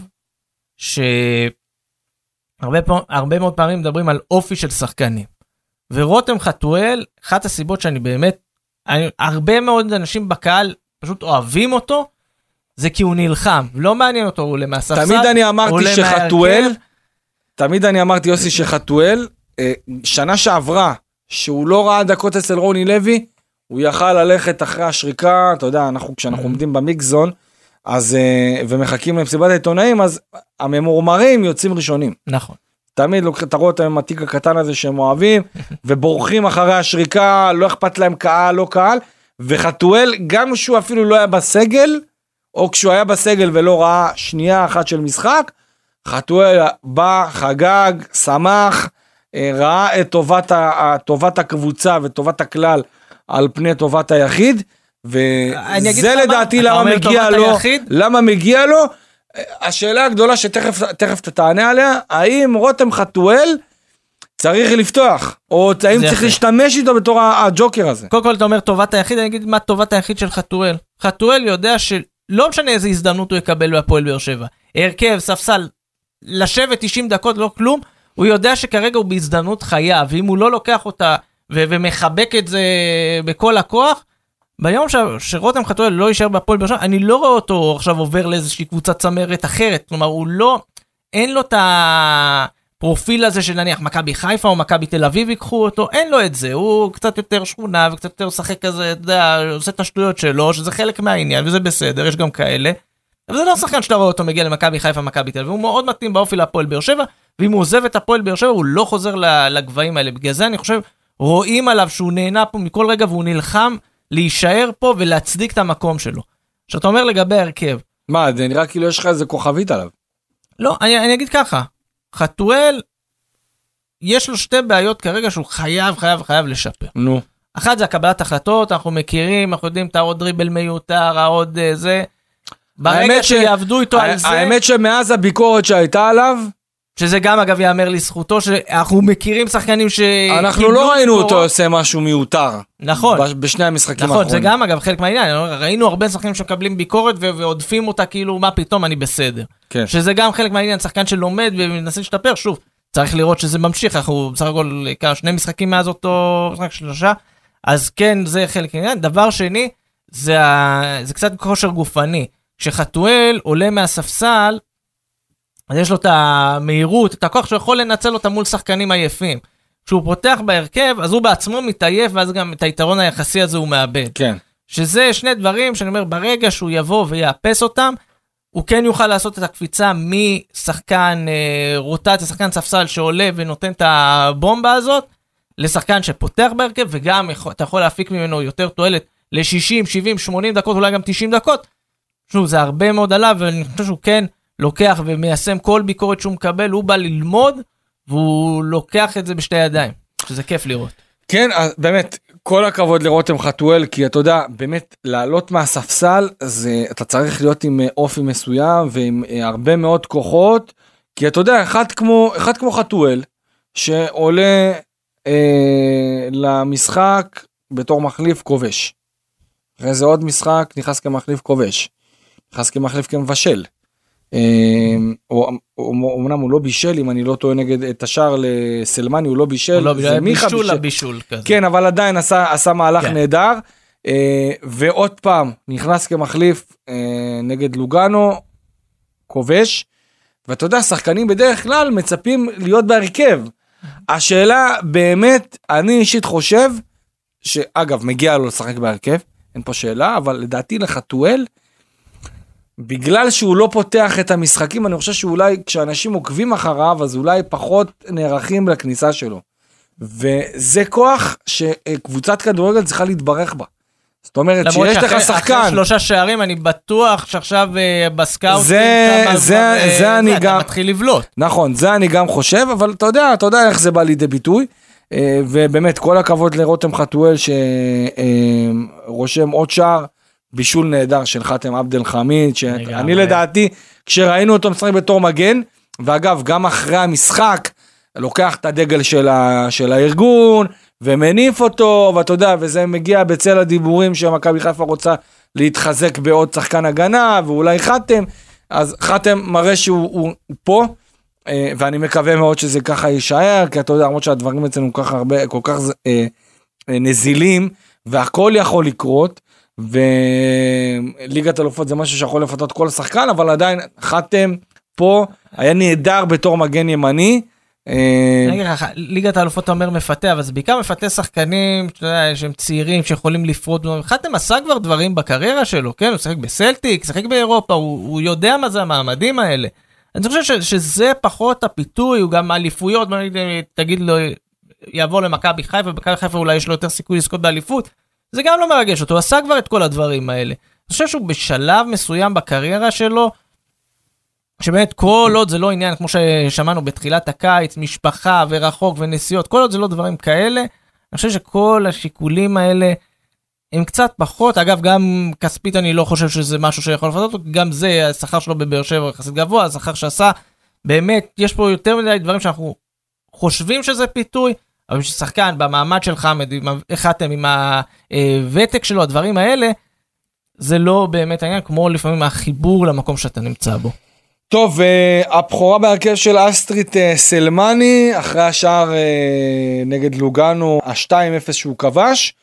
שהרבה הרבה מאוד פעמים מדברים על אופי של שחקנים. ורותם חתואל, אחת הסיבות שאני באמת, אני, הרבה מאוד אנשים בקהל פשוט אוהבים אותו, זה כי הוא נלחם, לא מעניין אותו, הוא למהספסל, תמיד אני אמרתי שחתואל, תמיד אני אמרתי יוסי שחתואל, שנה שעברה, שהוא לא ראה דקות אצל רוני לוי, הוא יכל ללכת אחרי השריקה, אתה יודע, אנחנו, כשאנחנו עומדים במיקזון, אז, ומחכים למסיבת העיתונאים, אז הממורמרים יוצאים ראשונים. נכון. תמיד אתה רואה אותם עם התיק הקטן הזה שהם אוהבים, ובורחים אחרי השריקה, לא אכפת להם קהל, לא קהל, וחתואל, גם שהוא אפילו לא היה בסגל, או כשהוא היה בסגל ולא ראה שנייה אחת של משחק, חתואל בא, חגג, שמח, ראה את טובת, טובת הקבוצה וטובת הכלל על פני טובת היחיד, וזה לדעתי למה מגיע לו, למה מגיע לו, השאלה הגדולה שתכף תענה עליה, האם רותם חתואל צריך לפתוח, או האם צריך להשתמש איתו בתור הג'וקר הזה? קודם כל אתה אומר טובת היחיד, אני אגיד מה טובת היחיד של חתואל. חתואל יודע שלא משנה איזה הזדמנות הוא יקבל בהפועל באר שבע. הרכב, ספסל, לשבת תשעים דקות, לא כלום, הוא יודע שכרגע הוא בהזדמנות חיה, ואם הוא לא לוקח אותה ו- ומחבק את זה בכל הכוח, ביום ש- שרותם חתואל לא יישאר בהפועל באר שבע, אני לא רואה אותו עכשיו עובר לאיזושהי קבוצת צמרת אחרת, כלומר הוא לא, אין לו את הפרופיל הזה של נניח מכבי חיפה או מכבי תל אביב ייקחו אותו, אין לו את זה, הוא קצת יותר שכונה וקצת יותר שחק כזה, אתה יודע, עושה את השטויות שלו, שזה חלק מהעניין וזה בסדר, יש גם כאלה, אבל זה לא שחקן שאתה רואה אותו מגיע למכבי חיפה, מכבי תל אביב, הוא מאוד מתאים באופי להפועל באר שבע, ואם הוא עוזב את הפועל באר שבע, הוא לא חוזר לגבהים האלה. בגלל זה אני חושב, רואים עליו שהוא נהנה פה מכל רגע, והוא נלחם להישאר פה ולהצדיק את המקום שלו. שאתה אומר לגבי הרכב. מה, זה נראה כאילו יש לך איזה כוכבית עליו. לא, אני, אני אגיד ככה, חתואל, יש לו שתי בעיות כרגע שהוא חייב, חייב, חייב לשפר. נו. אחת זה הקבלת החלטות, אנחנו מכירים, אנחנו יודעים את העוד דריבל מיותר, העוד זה... ברגע שיעבדו איתו על זה... האמת שמאז הביקורת שהייתה עליו, שזה גם אגב יאמר לזכותו, שאנחנו מכירים שחקנים ש... אנחנו לא ראינו אותו עושה משהו מיותר. נכון. בשני המשחקים האחרונים. נכון, זה גם אגב חלק מהעניין, ראינו הרבה שחקנים שמקבלים ביקורת ועודפים אותה כאילו מה פתאום אני בסדר. כן. שזה גם חלק מהעניין, שחקן שלומד ומנסה להשתפר, שוב, צריך לראות שזה ממשיך, אנחנו בסך הכל שני משחקים מאז אותו, משחק שלושה, אז כן, זה חלק מהעניין. דבר שני, זה, זה קצת כושר גופני. כשחתואל עולה מהספסל, אז יש לו את המהירות, את הכוח שהוא יכול לנצל אותה מול שחקנים עייפים. כשהוא פותח בהרכב, אז הוא בעצמו מתעייף, ואז גם את היתרון היחסי הזה הוא מאבד. כן. שזה שני דברים שאני אומר, ברגע שהוא יבוא ויאפס אותם, הוא כן יוכל לעשות את הקפיצה משחקן אה, רוטציה, שחקן ספסל שעולה ונותן את הבומבה הזאת, לשחקן שפותח בהרכב, וגם אתה יכול להפיק ממנו יותר תועלת ל-שישים, שבעים, שמונים דקות, אולי גם תשעים דקות. שוב, זה הרבה מאוד עליו, ואני חושב שהוא כן לוקח ומיישם כל ביקורת שהוא מקבל, הוא בא ללמוד, והוא לוקח את זה בשתי ידיים, שזה כיף לראות. כן, באמת, כל הכבוד לרותם חתואל, כי אתה יודע, באמת, לעלות מהספסל, זה, אתה צריך להיות עם אופי מסוים, ועם הרבה מאוד כוחות, כי אתה יודע, אחד כמו, אחד כמו חתואל, שעולה אה, למשחק בתור מחליף כובש. אחרי זה עוד משחק, נכנס כמחליף כובש. נכנס כמחליף כמבשל. אומנם הוא לא בישל, אם אני לא טועה נגד את השאר לסלמני, הוא לא בישל. זה בישול לבישול כזה. כן, אבל עדיין עשה מהלך נהדר. ועוד פעם, נכנס כמחליף נגד לוגאנו, כובש. ואתה יודע, שחקנים בדרך כלל מצפים להיות בהרכב. השאלה באמת, אני אישית חושב, שאגב, מגיע לו לשחק בהרכב, אין פה שאלה, אבל לדעתי לחתואל, בגלל שהוא לא פותח את המשחקים, אני חושב שאולי כשאנשים עוקבים אחריו, אז אולי פחות נערכים לכניסה שלו. וזה כוח שקבוצת כדורגל צריכה להתברך בה. זאת אומרת, שיש לך שחקן... אחרי שלושה שערים, אני בטוח שעכשיו בסקאוטים... זה, זה, זה אני גם... אתה מתחיל לבלוט. נכון, זה אני גם חושב, אבל אתה יודע, אתה יודע איך זה בא לידי ביטוי. ובאמת, כל הכבוד לרותם חתואל, שרושם עוד שער, בישול נהדר של חתם עבד אל חמיד, שאני לדעתי, כשראינו אותו משחק בתור מגן, ואגב, גם אחרי המשחק, לוקח את הדגל של, ה, של הארגון, ומניף אותו, ואתה יודע, וזה מגיע בצל הדיבורים, שמכבי חיפה רוצה להתחזק בעוד שחקן הגנה, ואולי חתם, אז חתם מראה שהוא הוא, הוא פה, ואני מקווה מאוד שזה ככה יישאר, כי אתה יודע, למרות שהדברים אצלנו כל כך הרבה, כל כך אה, נזילים, והכל יכול לקרות, וליגת אלופות זה משהו שיכול לפתות כל שחקן, אבל עדיין חתם פה, היה נהדר בתור מגן ימני. ליגת האלופות אומר מפתה, אבל זה בעיקר מפתה שחקנים שהם צעירים שיכולים לפרוט, חתם עשה כבר דברים בקריירה שלו, כן, הוא שחק בסלטיק, שחק באירופה, הוא יודע מה זה המעמדים האלה. אני חושב שזה פחות הפיתוי, הוא גם אליפויות, תגיד לו, יעבור למכבי חיפה, ובמכבי חיפה אולי יש לו יותר סיכוי לזכות באליפות, זה גם לא מרגש אותו, הוא עשה כבר את כל הדברים האלה. אני חושב שהוא בשלב מסוים בקריירה שלו, שבאמת כל עוד זה לא עניין, כמו ששמענו בתחילת הקיץ, משפחה ורחוק ונסיעות, כל עוד זה לא דברים כאלה, אני חושב שכל השיקולים האלה, הם קצת פחות, אגב גם כספית אני לא חושב שזה משהו שיכול לפתות אותו, גם זה השכר שלו בבאר שבע יחסית גבוה, השכר שעשה, באמת יש פה יותר מדי דברים שאנחנו חושבים שזה פיתוי, אבל ששחקן במעמד של חמד, איך אתם עם הוותק שלו, הדברים האלה, זה לא באמת העניין, כמו לפעמים החיבור למקום שאתה נמצא בו. טוב, הבחורה בהרכב של אסטרית סלמני, אחרי השער נגד לוגנו, ה-שתיים אפס שהוא כבש,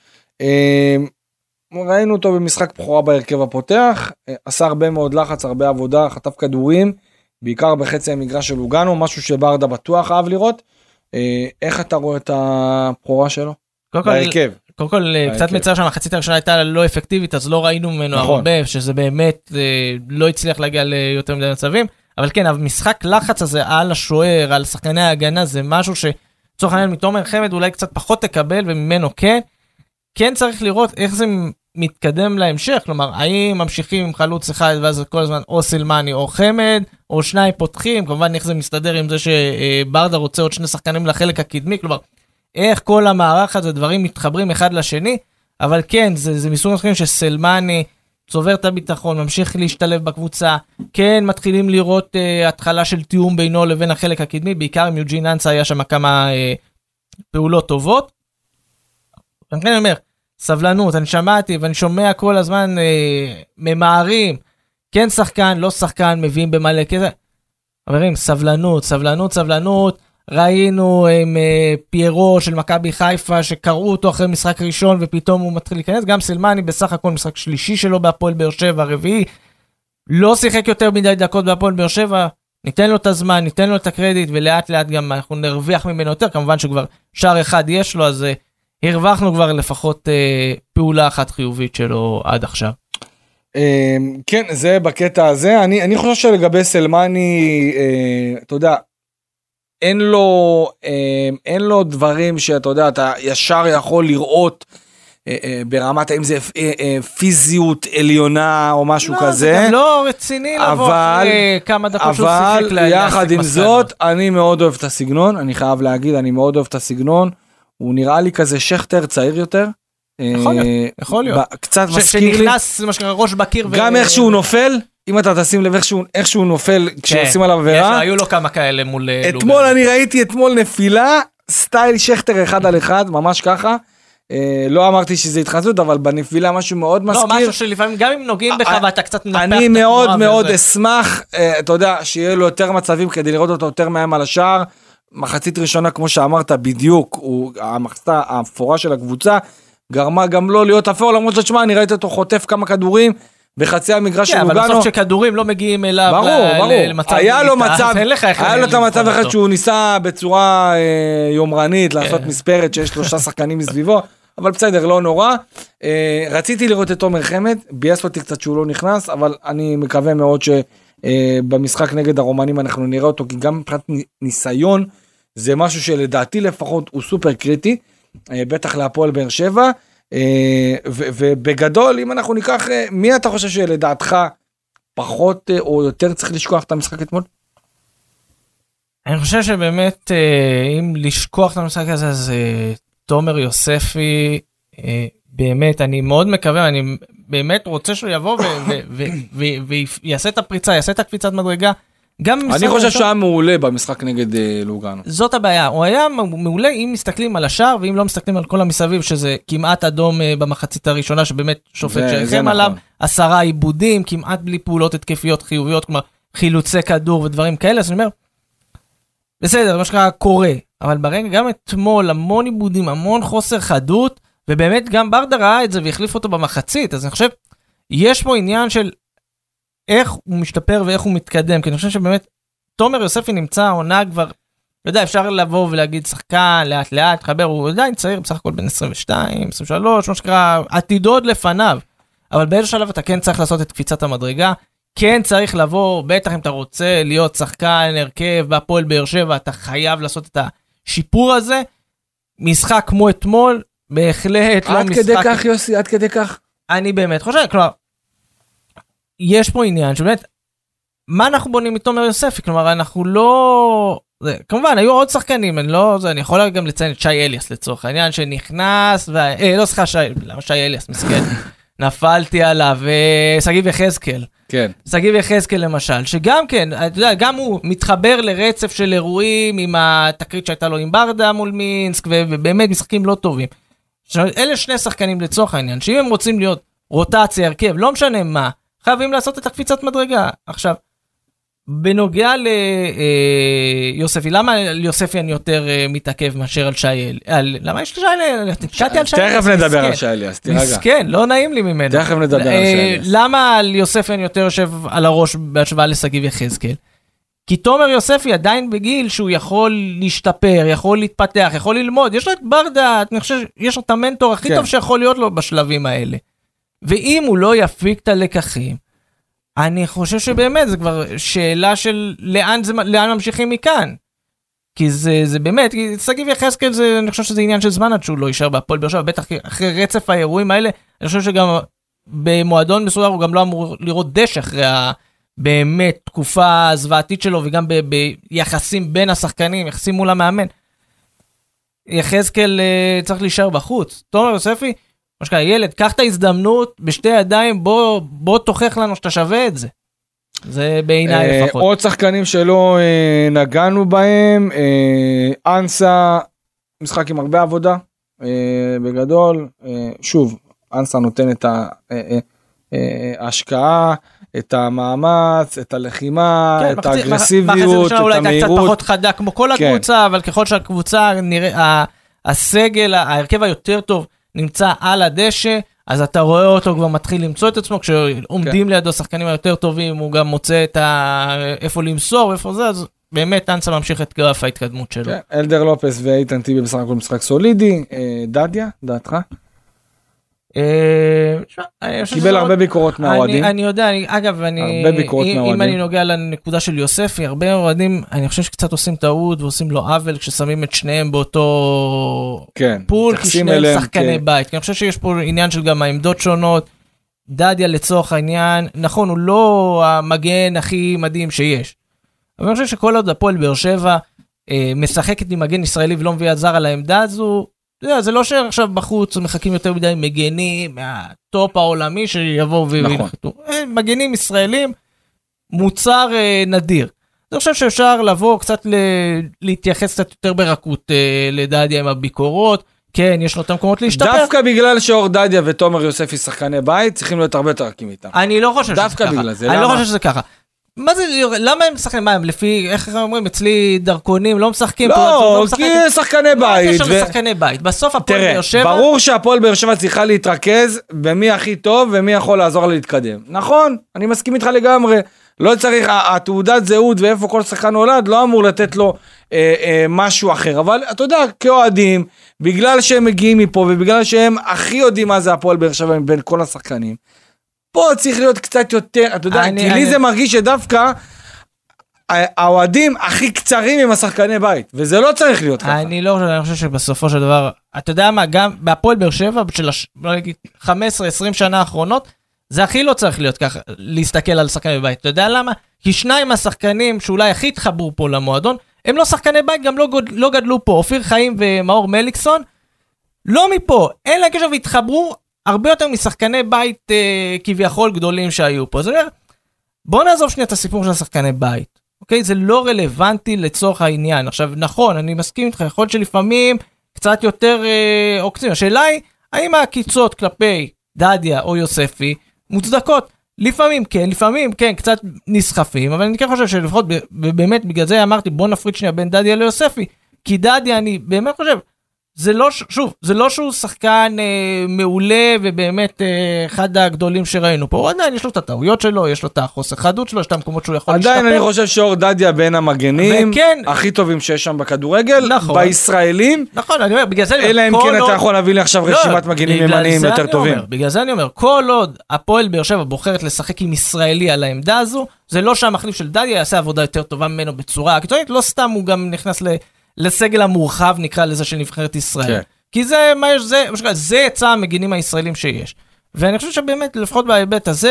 ראינו אותו במשחק בחורה בהרכב הפותח, עשה הרבה מאוד לחץ, הרבה עבודה, חטף כדורים, בעיקר בחצי המגרש של לוגנו, משהו שברדה בטוח אהב לראות. איך אתה רואה את הבחורה שלו? בהרכב. קודם כל, קצת מצער שהמחצית הראשונה הייתה לא אפקטיבית, אז לא ראינו ממנו הרבה, שזה באמת לא הצליח להגיע ליותר מדי מצבים, אבל כן, המשחק לחץ הזה על השוער, על שחקני ההגנה, זה משהו שצורך העניין מתומר חמד אולי קצת פחות תקבל, וממנו כן, כן צריך לראות איך זה מתקדם להמשך, כלומר, האם ממשיכים עם חלוץ אחד, ואז כל הזמן או סלמני או חמד, או שניים פותחים, כמובן איך זה מסתדר עם זה שברדה רוצה עוד שני שחקנים לחלק הקדמי, כלומר, איך כל המערך הזה, דברים מתחברים אחד לשני, אבל כן, זה, זה מסוג משחקים שסלמני צובר את הביטחון, ממשיך להשתלב בקבוצה, כן, מתחילים לראות uh, התחלה של תיאום בינו לבין החלק הקדמי, בעיקר עם יוג'ין אנסה היה שם כמה uh, פעולות טובות. אני כן אומר, סבלנות, אני שמעתי ואני שומע כל הזמן uh, ממהרים, כן שחקן, לא שחקן, מביאים במלא כזה. חברים, סבלנות, סבלנות, סבלנות, ראינו עם uh, פיירו של מכבי חיפה שקראו אותו אחרי משחק ראשון ופתאום הוא מתחיל להיכנס, גם סלמני בסך הכל משחק שלישי שלו בהפועל באר שבע, רביעי, לא שיחק יותר מדי דקות בהפועל באר שבע, ניתן לו את הזמן, ניתן לו את הקרדיט ולאט לאט גם אנחנו נרוויח ממנו יותר, כמובן שכבר שער אחד יש לו, אז uh, הרווחנו כבר לפחות uh, פעולה אחת חיובית שלו עד עכשיו. כן, זה בקטע הזה, אני, אני חושב שלגבי סלמני, אתה יודע, אין לו, אין לו דברים שאתה יודע, אתה ישר יכול לראות ברמת, האם זה פיזיות עליונה או משהו לא, כזה. זה גם לא רציני לבוא אחרי כמה דקות שהוא שיחק. אבל יחד עם זאת, אני מאוד אוהב את הסגנון, אני חייב להגיד, אני מאוד אוהב את הסגנון, הוא נראה לי כזה שכתר צעיר יותר. יכול להיות, יכול להיות. קצת מזכיר לי. שנכנס, מה שקרה, ראש בקיר. גם איך שהוא נופל, אם אתה תשים לב איך שהוא נופל, כשעושים עליו עבירה. היו לו כמה כאלה מול לוגן. אתמול אני ראיתי אתמול נפילה, סטייל שכתר אחד על אחד, ממש ככה. לא אמרתי שזה התחזות, אבל בנפילה משהו מאוד מזכיר. לא, משהו שלפעמים גם אם נוגעים בך ואתה קצת נפח את התנועה. אני מאוד מאוד אשמח, אתה יודע, שיהיה לו יותר מצבים כדי לראות אותו יותר מהם על השער. מחצית ראשונה, כמו שאמרת, בדיוק, הוא המחצה האפורה של הקבוצה, גרמה גם לא להיות אפור, למרות שתשמע, אני ראיתי אותו חוטף כמה כדורים, בחצי המגרש של לוגנו. אבל בסוף שכדורים לא מגיעים אליו, ברור, ברור, היה לו מצב, היה לו את המצב אחד שהוא ניסה בצורה יומרנית, לעשות מספרת שיש שלושה שחקנים מסביבו, אבל בסדר, לא נורא. רציתי לראות את תומר חמד, בייס אותי קצת שהוא לא נכנס, אבל אני מקווה מאוד שבמשחק נגד הרומנים אנחנו נראה אותו, כי גם מבחינת ניסיון, זה משהו שלדעתי לפחות הוא סופר קריטי, בטח להפועל באר שבע, ובגדול, אם אנחנו ניקח, מי אתה חושב שלדעתך פחות או יותר צריך לשכוח את המשחק אתמול? אני חושב שבאמת, אם לשכוח את המשחק הזה, אז תומר יוספי, באמת, אני מאוד מקווה, אני באמת רוצה שהוא יבוא ויעשה את הפריצה, יעשה את הקפיצת מדרגה, אני חושב שהיה מעולה במשחק נגד לוגנו. זאת הבעיה, הוא היה מעולה אם מסתכלים על השער, ואם לא מסתכלים על כל המסביב, שזה כמעט אדום במחצית הראשונה, שבאמת שופט שרחם עליו, עשרה עיבודים, כמעט בלי פעולות התקפיות חיוביות, כלומר חילוצי כדור ודברים כאלה, אז אני אומר, בסדר, מה שקרה קורה, אבל ברגע גם אתמול, המון עיבודים, המון חוסר חדות, ובאמת גם ברדה ראה את זה והחליף אותו במחצית, אז אני חושב, יש פה עניין של איך הוא משתפר ואיך הוא מתקדם, כי אני חושב שבאמת, תומר יוספי נמצא, עונה כבר, לא יודע, אפשר לבוא ולהגיד שחקן, לאט לאט, חבר, הוא עדיין צעיר, בסך הכל בין עשרים ושתיים, עשרים ושלוש, מה שקרה, עתידות לפניו, אבל באיזה שלב אתה כן צריך לעשות את קפיצת המדרגה, כן צריך לבוא, בטח אם אתה רוצה להיות שחקן, הרכב, בהפועל באר שבע, אתה חייב לעשות את השיפור הזה, משחק כמו אתמול, בהחלט לא משחק... עד כדי כך, יוסי, עד כדי כך. אני באמת חושב, כלומר, יש פה עניין שבאמת, מה אנחנו בונים מתומר יוספי? כלומר, אנחנו לא זה, כמובן, היו עוד שחקנים, אני לא, זה, אני יכול גם לציין את שי אליאס לצורך העניין, שנכנס, ו... אה, לא סליחה, שי, למה שי אליאס, מסכן, נפלתי עליו, וסגיב יחזקאל. כן. סגיב יחזקאל למשל, שגם כן, אתה יודע, גם הוא מתחבר לרצף של אירועים, עם התקרית שהייתה לו עם ברדה מול מינסק, ובאמת משחקים לא טובים. אלה שני שחקנים לצורך העניין, שאם הם רוצים להיות רוטציה, הרכב, לא משנה מה, חייבים לעשות את הקפיצת מדרגה. עכשיו, בנוגע ליוספי, למה ליוספי אני יותר מתעכב מאשר על שי אליאס? למה יש לשי אליאס? תכף נדבר על שי אליאס, תירגע. מסכן, לא נעים לי ממנו. תכף נדבר על שי אליאס. למה על יוספי אני יותר יושב על הראש בהשוואה לסגיב יחזקאל? כי תומר יוספי עדיין בגיל שהוא יכול להשתפר, יכול להתפתח, יכול ללמוד. יש לו את ברדה, אני חושב, יש לו את המנטור הכי טוב שיכול להיות לו בשלבים האלה. ואם הוא לא יפיק את הלקחים, אני חושב שבאמת זה כבר שאלה של לאן, זה, לאן ממשיכים מכאן. כי זה, זה באמת, כי סגיב יחזקאל, זה, אני חושב שזה עניין של זמן עד שהוא לא יישאר בהפועל באר שבע, בטח אחרי רצף האירועים האלה, אני חושב שגם במועדון מסודר הוא גם לא אמור לראות דשא אחרי ה... באמת תקופה הזוועתית שלו, וגם ב- ביחסים בין השחקנים, יחסים מול המאמן. יחזקאל uh, צריך להישאר בחוץ. תומר יוספי, משקע, ילד, קח את ההזדמנות בשתי ידיים, בוא, בוא תוכח לנו שאתה שווה את זה. זה בעיניי לפחות. עוד שחקנים שלא uh, נגענו בהם, uh, אנסה, משחק עם הרבה עבודה, uh, בגדול, uh, שוב, אנסה נותן את ההשקעה, את המאמץ, את הלחימה, את האגרסיביות, את המהירות. אולי הייתה קצת פחות חדה כמו כל הקבוצה, אבל ככל שהקבוצה, הסגל, ההרכב היותר טוב נמצא על הדשא, אז אתה רואה אותו כבר מתחיל למצוא את עצמו, כשעומדים לידו שחקנים היותר טובים, הוא גם מוצא את איפה למסור, איפה זה, אז באמת אנסה ממשיך את גרף ההתקדמות שלו. אלדר לופס ואיתן טיבי בסך הכל משחק סולידי, דדיה, דעתך? קיבל הרבה ביקורות מהאוהדים. אני יודע, אגב, אם אני נוגע לנקודה של יוספי, הרבה אוהדים, אני חושב שקצת עושים טעות ועושים לו עוול כששמים את שניהם באותו פול, כי שניהם שחקני בית. אני חושב שיש פה עניין של גם העמדות שונות, דדיה לצורך העניין, נכון, הוא לא המגן הכי מדהים שיש. אבל אני חושב שכל עוד הפועל באר שבע משחקת עם מגן ישראלי ולא מביא זר על העמדה הזו, זה לא שעכשיו בחוץ מחכים יותר מדי מגנים מהטופ העולמי שיבואו וינחתו. מגנים ישראלים, מוצר נדיר. אני חושב שאפשר לבוא קצת להתייחס קצת יותר ברכות לדדיה עם הביקורות. כן, יש לו את המקומות להשתפר. דווקא בגלל שאור דדיה ותומר יוספי שחקני בית, צריכים להיות הרבה יותר רכים איתם. אני לא חושב שזה ככה. דווקא בגלל זה. אני לא חושב שזה ככה. מה זה, למה הם משחקים? מה הם לפי, איך אומרים, אצלי דרכונים, לא משחקים? לא, כי שחקני בית. מה הקשר לשחקני בית? בסוף הפועל באר שבע... תראה, ברור שהפועל באר שבע צריכה להתרכז במי הכי טוב ומי יכול לעזור לה להתקדם. נכון, אני מסכים איתך לגמרי. לא צריך, התעודת זהות ואיפה כל שחקן נולד, לא אמור לתת לו אה, אה, משהו אחר. אבל אתה יודע, כאוהדים, בגלל שהם מגיעים מפה ובגלל שהם הכי יודעים מה זה הפועל באר שבע מבין כל השחקנים, פה צריך להיות קצת יותר, אתה יודע, אני, כי אני... לי זה מרגיש שדווקא האוהדים הכי קצרים עם השחקני בית, וזה לא צריך להיות ככה. אני לא אני חושב שבסופו של דבר, אתה יודע מה, גם בהפועל באר שבע, של חמש עשרה עשרים שנה האחרונות, זה הכי לא צריך להיות ככה, להסתכל על שחקני בית. אתה יודע למה? כי שניים השחקנים שאולי הכי התחברו פה למועדון, הם לא שחקני בית, גם לא, גוד, לא גדלו פה, אופיר חיים ומאור מליקסון, לא מפה, אין להם קשר והתחברו, הרבה יותר משחקני בית אה, כביכול גדולים שהיו פה. זה אומר, בוא נעזוב שנייה את הסיפור של השחקני בית. אוקיי? זה לא רלוונטי לצורך העניין. עכשיו, נכון, אני מסכים איתך, יכול להיות שלפעמים קצת יותר אה, עוקצים. השאלה היא, האם הקיצות כלפי דדיה או יוספי מוצדקות? לפעמים כן, לפעמים כן, קצת נסחפים, אבל אני כן חושב שלפחות באמת בגלל זה אמרתי, בוא נפריד שנייה בין דדיה ליוספי, כי דדיה אני באמת חושב, זה לא, שוב, זה לא שהוא שחקן אה, מעולה ובאמת אה, אחד הגדולים שראינו פה, הוא עדיין יש לו את הטעויות שלו, יש לו את החוסר חדות שלו, יש את המקומות שהוא יכול להשתפר. עדיין אני חושב שאור דדיה בין המגנים, וכן, הכי טובים שיש שם בכדורגל, נכון, בישראלים, נכון, אני אומר, בגלל זה אלא אם כן אתה יכול להביא לי עכשיו לא, רשימת מגנים ימניים יותר טובים. אומר, בגלל זה אני אומר, כל עוד הפועל באר שבע בוחרת לשחק עם ישראלי על העמדה הזו, זה לא שהמחליף של דדיה יעשה עבודה יותר טובה ממנו בצורה הקיצונית, לא סתם הוא גם נכנס ל... לסגל המורחב נקרא לזה של נבחרת ישראל. Okay. כי זה, מה יש, זה, זה יצא המגינים הישראלים שיש. ואני חושב שבאמת, לפחות בהיבט הזה,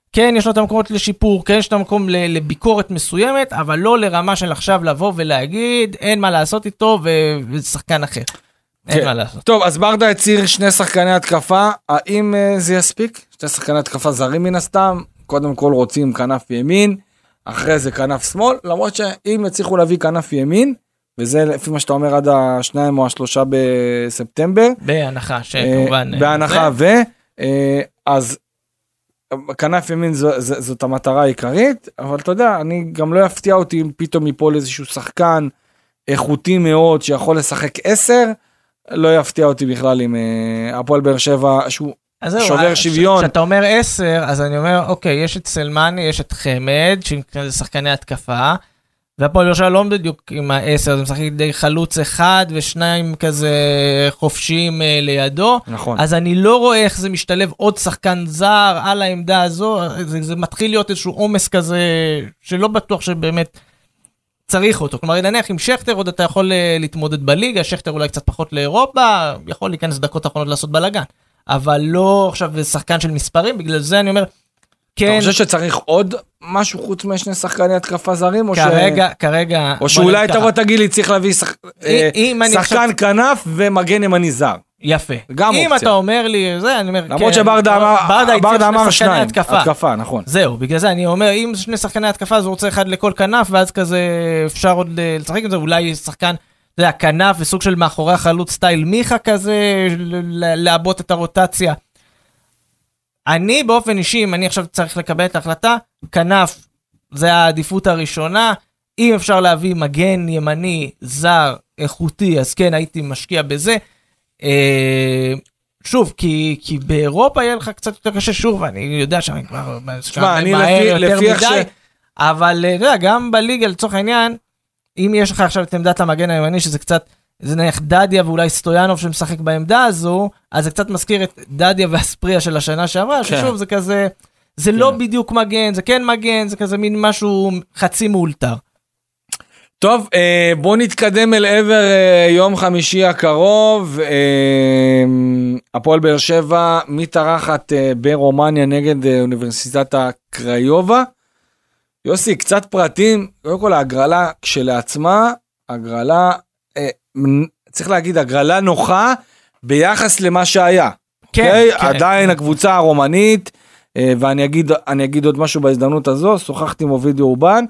כן, יש לו את המקומות לשיפור, כן, יש לו את המקום לביקורת מסוימת, אבל לא לרמה של עכשיו לבוא ולהגיד, אין מה לעשות איתו, ושחקן אחר. אין מה לעשות. טוב, אז ברדה הציר שני שחקני התקפה, האם זה יספיק? שני שחקני התקפה זרים מן הסתם, קודם כל רוצים כנף ימין, אחרי זה כנף שמאל, למרות שאם יצליחו להביא כנף ימין, וזה לפי מה שאתה אומר עד השניים או השלושה בספטמבר. בהנחה, שכמובן. בהנחה ו... אז כנף ימין זאת המטרה העיקרית, אבל אתה יודע, אני גם לא אפתיע אותי אם פתאום יפול איזשהו שחקן איכותי מאוד שיכול לשחק עשר, לא יפתיע אותי בכלל עם הפועל באר שבע שהוא שובר שוויון. כשאתה אומר עשר, אז אני אומר, אוקיי, יש את סלמני, יש את חמד, שזה שחקני התקפה, והפועל באר שבע לא בדיוק עם העשר, זה משחק די חלוץ אחד ושניים כזה חופשיים לידו. נכון. אז אני לא רואה איך זה משתלב עוד שחקן זר על העמדה הזו, זה, זה מתחיל להיות איזשהו עומס כזה שלא בטוח שבאמת צריך אותו. כלומר, נניח עם שכטר עוד אתה יכול להתמודד בליגה, שכטר אולי קצת פחות לאירופה, יכול להיכנס דקות האחרונות לעשות בלגן. אבל לא עכשיו שחקן של מספרים, בגלל זה אני אומר, כן. אתה חושב שצריך עוד משהו חוץ משני שחקני התקפה זרים? כרגע, כרגע... או שאולי תבוא תגיד לי, צריך להביא שחקן כנף ומגן ימני זר. יפה. גם אופציה. אם אתה אומר לי זה, אני אומר, כן. למרות שברדה אמר שניים. התקפה, נכון. זהו, בגלל זה אני אומר, אם שני שחקני התקפה, אז הוא רוצה אחד לכל כנף, ואז כזה אפשר עוד לשחק עם זה, אולי שחקן, אתה יודע, כנף וסוג של מאחורי החלוץ סטייל מיכה כזה, לעבות את הרוטציה. אני באופן אישי, אם אני עכשיו צריך לקבל את ההחלטה, כנף זה העדיפות הראשונה, אם אפשר להביא מגן ימני זר איכותי, אז כן הייתי משקיע בזה. שוב, כי, כי באירופה יהיה לך קצת יותר קשה, שוב, אני יודע שאני כבר שמה, אני לפי, לפי מדי, ש... אבל אתה יודע, גם בליגה לצורך העניין, אם יש לך עכשיו את עמדת המגן הימני, שזה קצת, זה נניח דדיה ואולי סטויאנוב שמשחק בעמדה הזו, אז זה קצת מזכיר את דדיה והספריה של השנה שעברה, כן. ששוב זה כזה, זה כן. לא בדיוק מגן, זה כן מגן, זה כזה מין משהו חצי מאולתר. טוב, בוא נתקדם אל עבר יום חמישי הקרוב, הפועל באר שבע מתארחת ברומניה נגד אוניברסיטת הקריובה. יוסי, קצת פרטים, קודם כל ההגרלה כשלעצמה, הגרלה, צריך להגיד, הגרלה נוחה ביחס למה שהיה. כן, כן. עדיין הקבוצה הרומנית, ואני אגיד, אני אגיד עוד משהו בהזדמנות הזו, שוחחתי עם אובידי אורבן,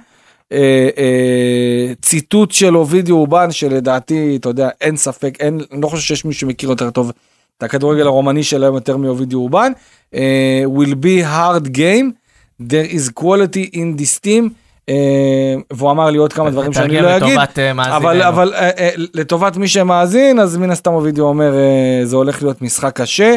ציטוט של אובידי אורבן שלדעתי, אתה יודע, אין ספק, אין, אני לא חושב שיש מישהו שמכיר יותר טוב את הכדורגל הרומני שלהם יותר מאובידי אורבן, will be hard game, there is quality in this team, והוא אמר לי עוד כמה דברים שאני לא אגיד, אבל, אבל לטובת מי שמאזין, אז מן הסתם אובידי אומר, זה הולך להיות משחק קשה,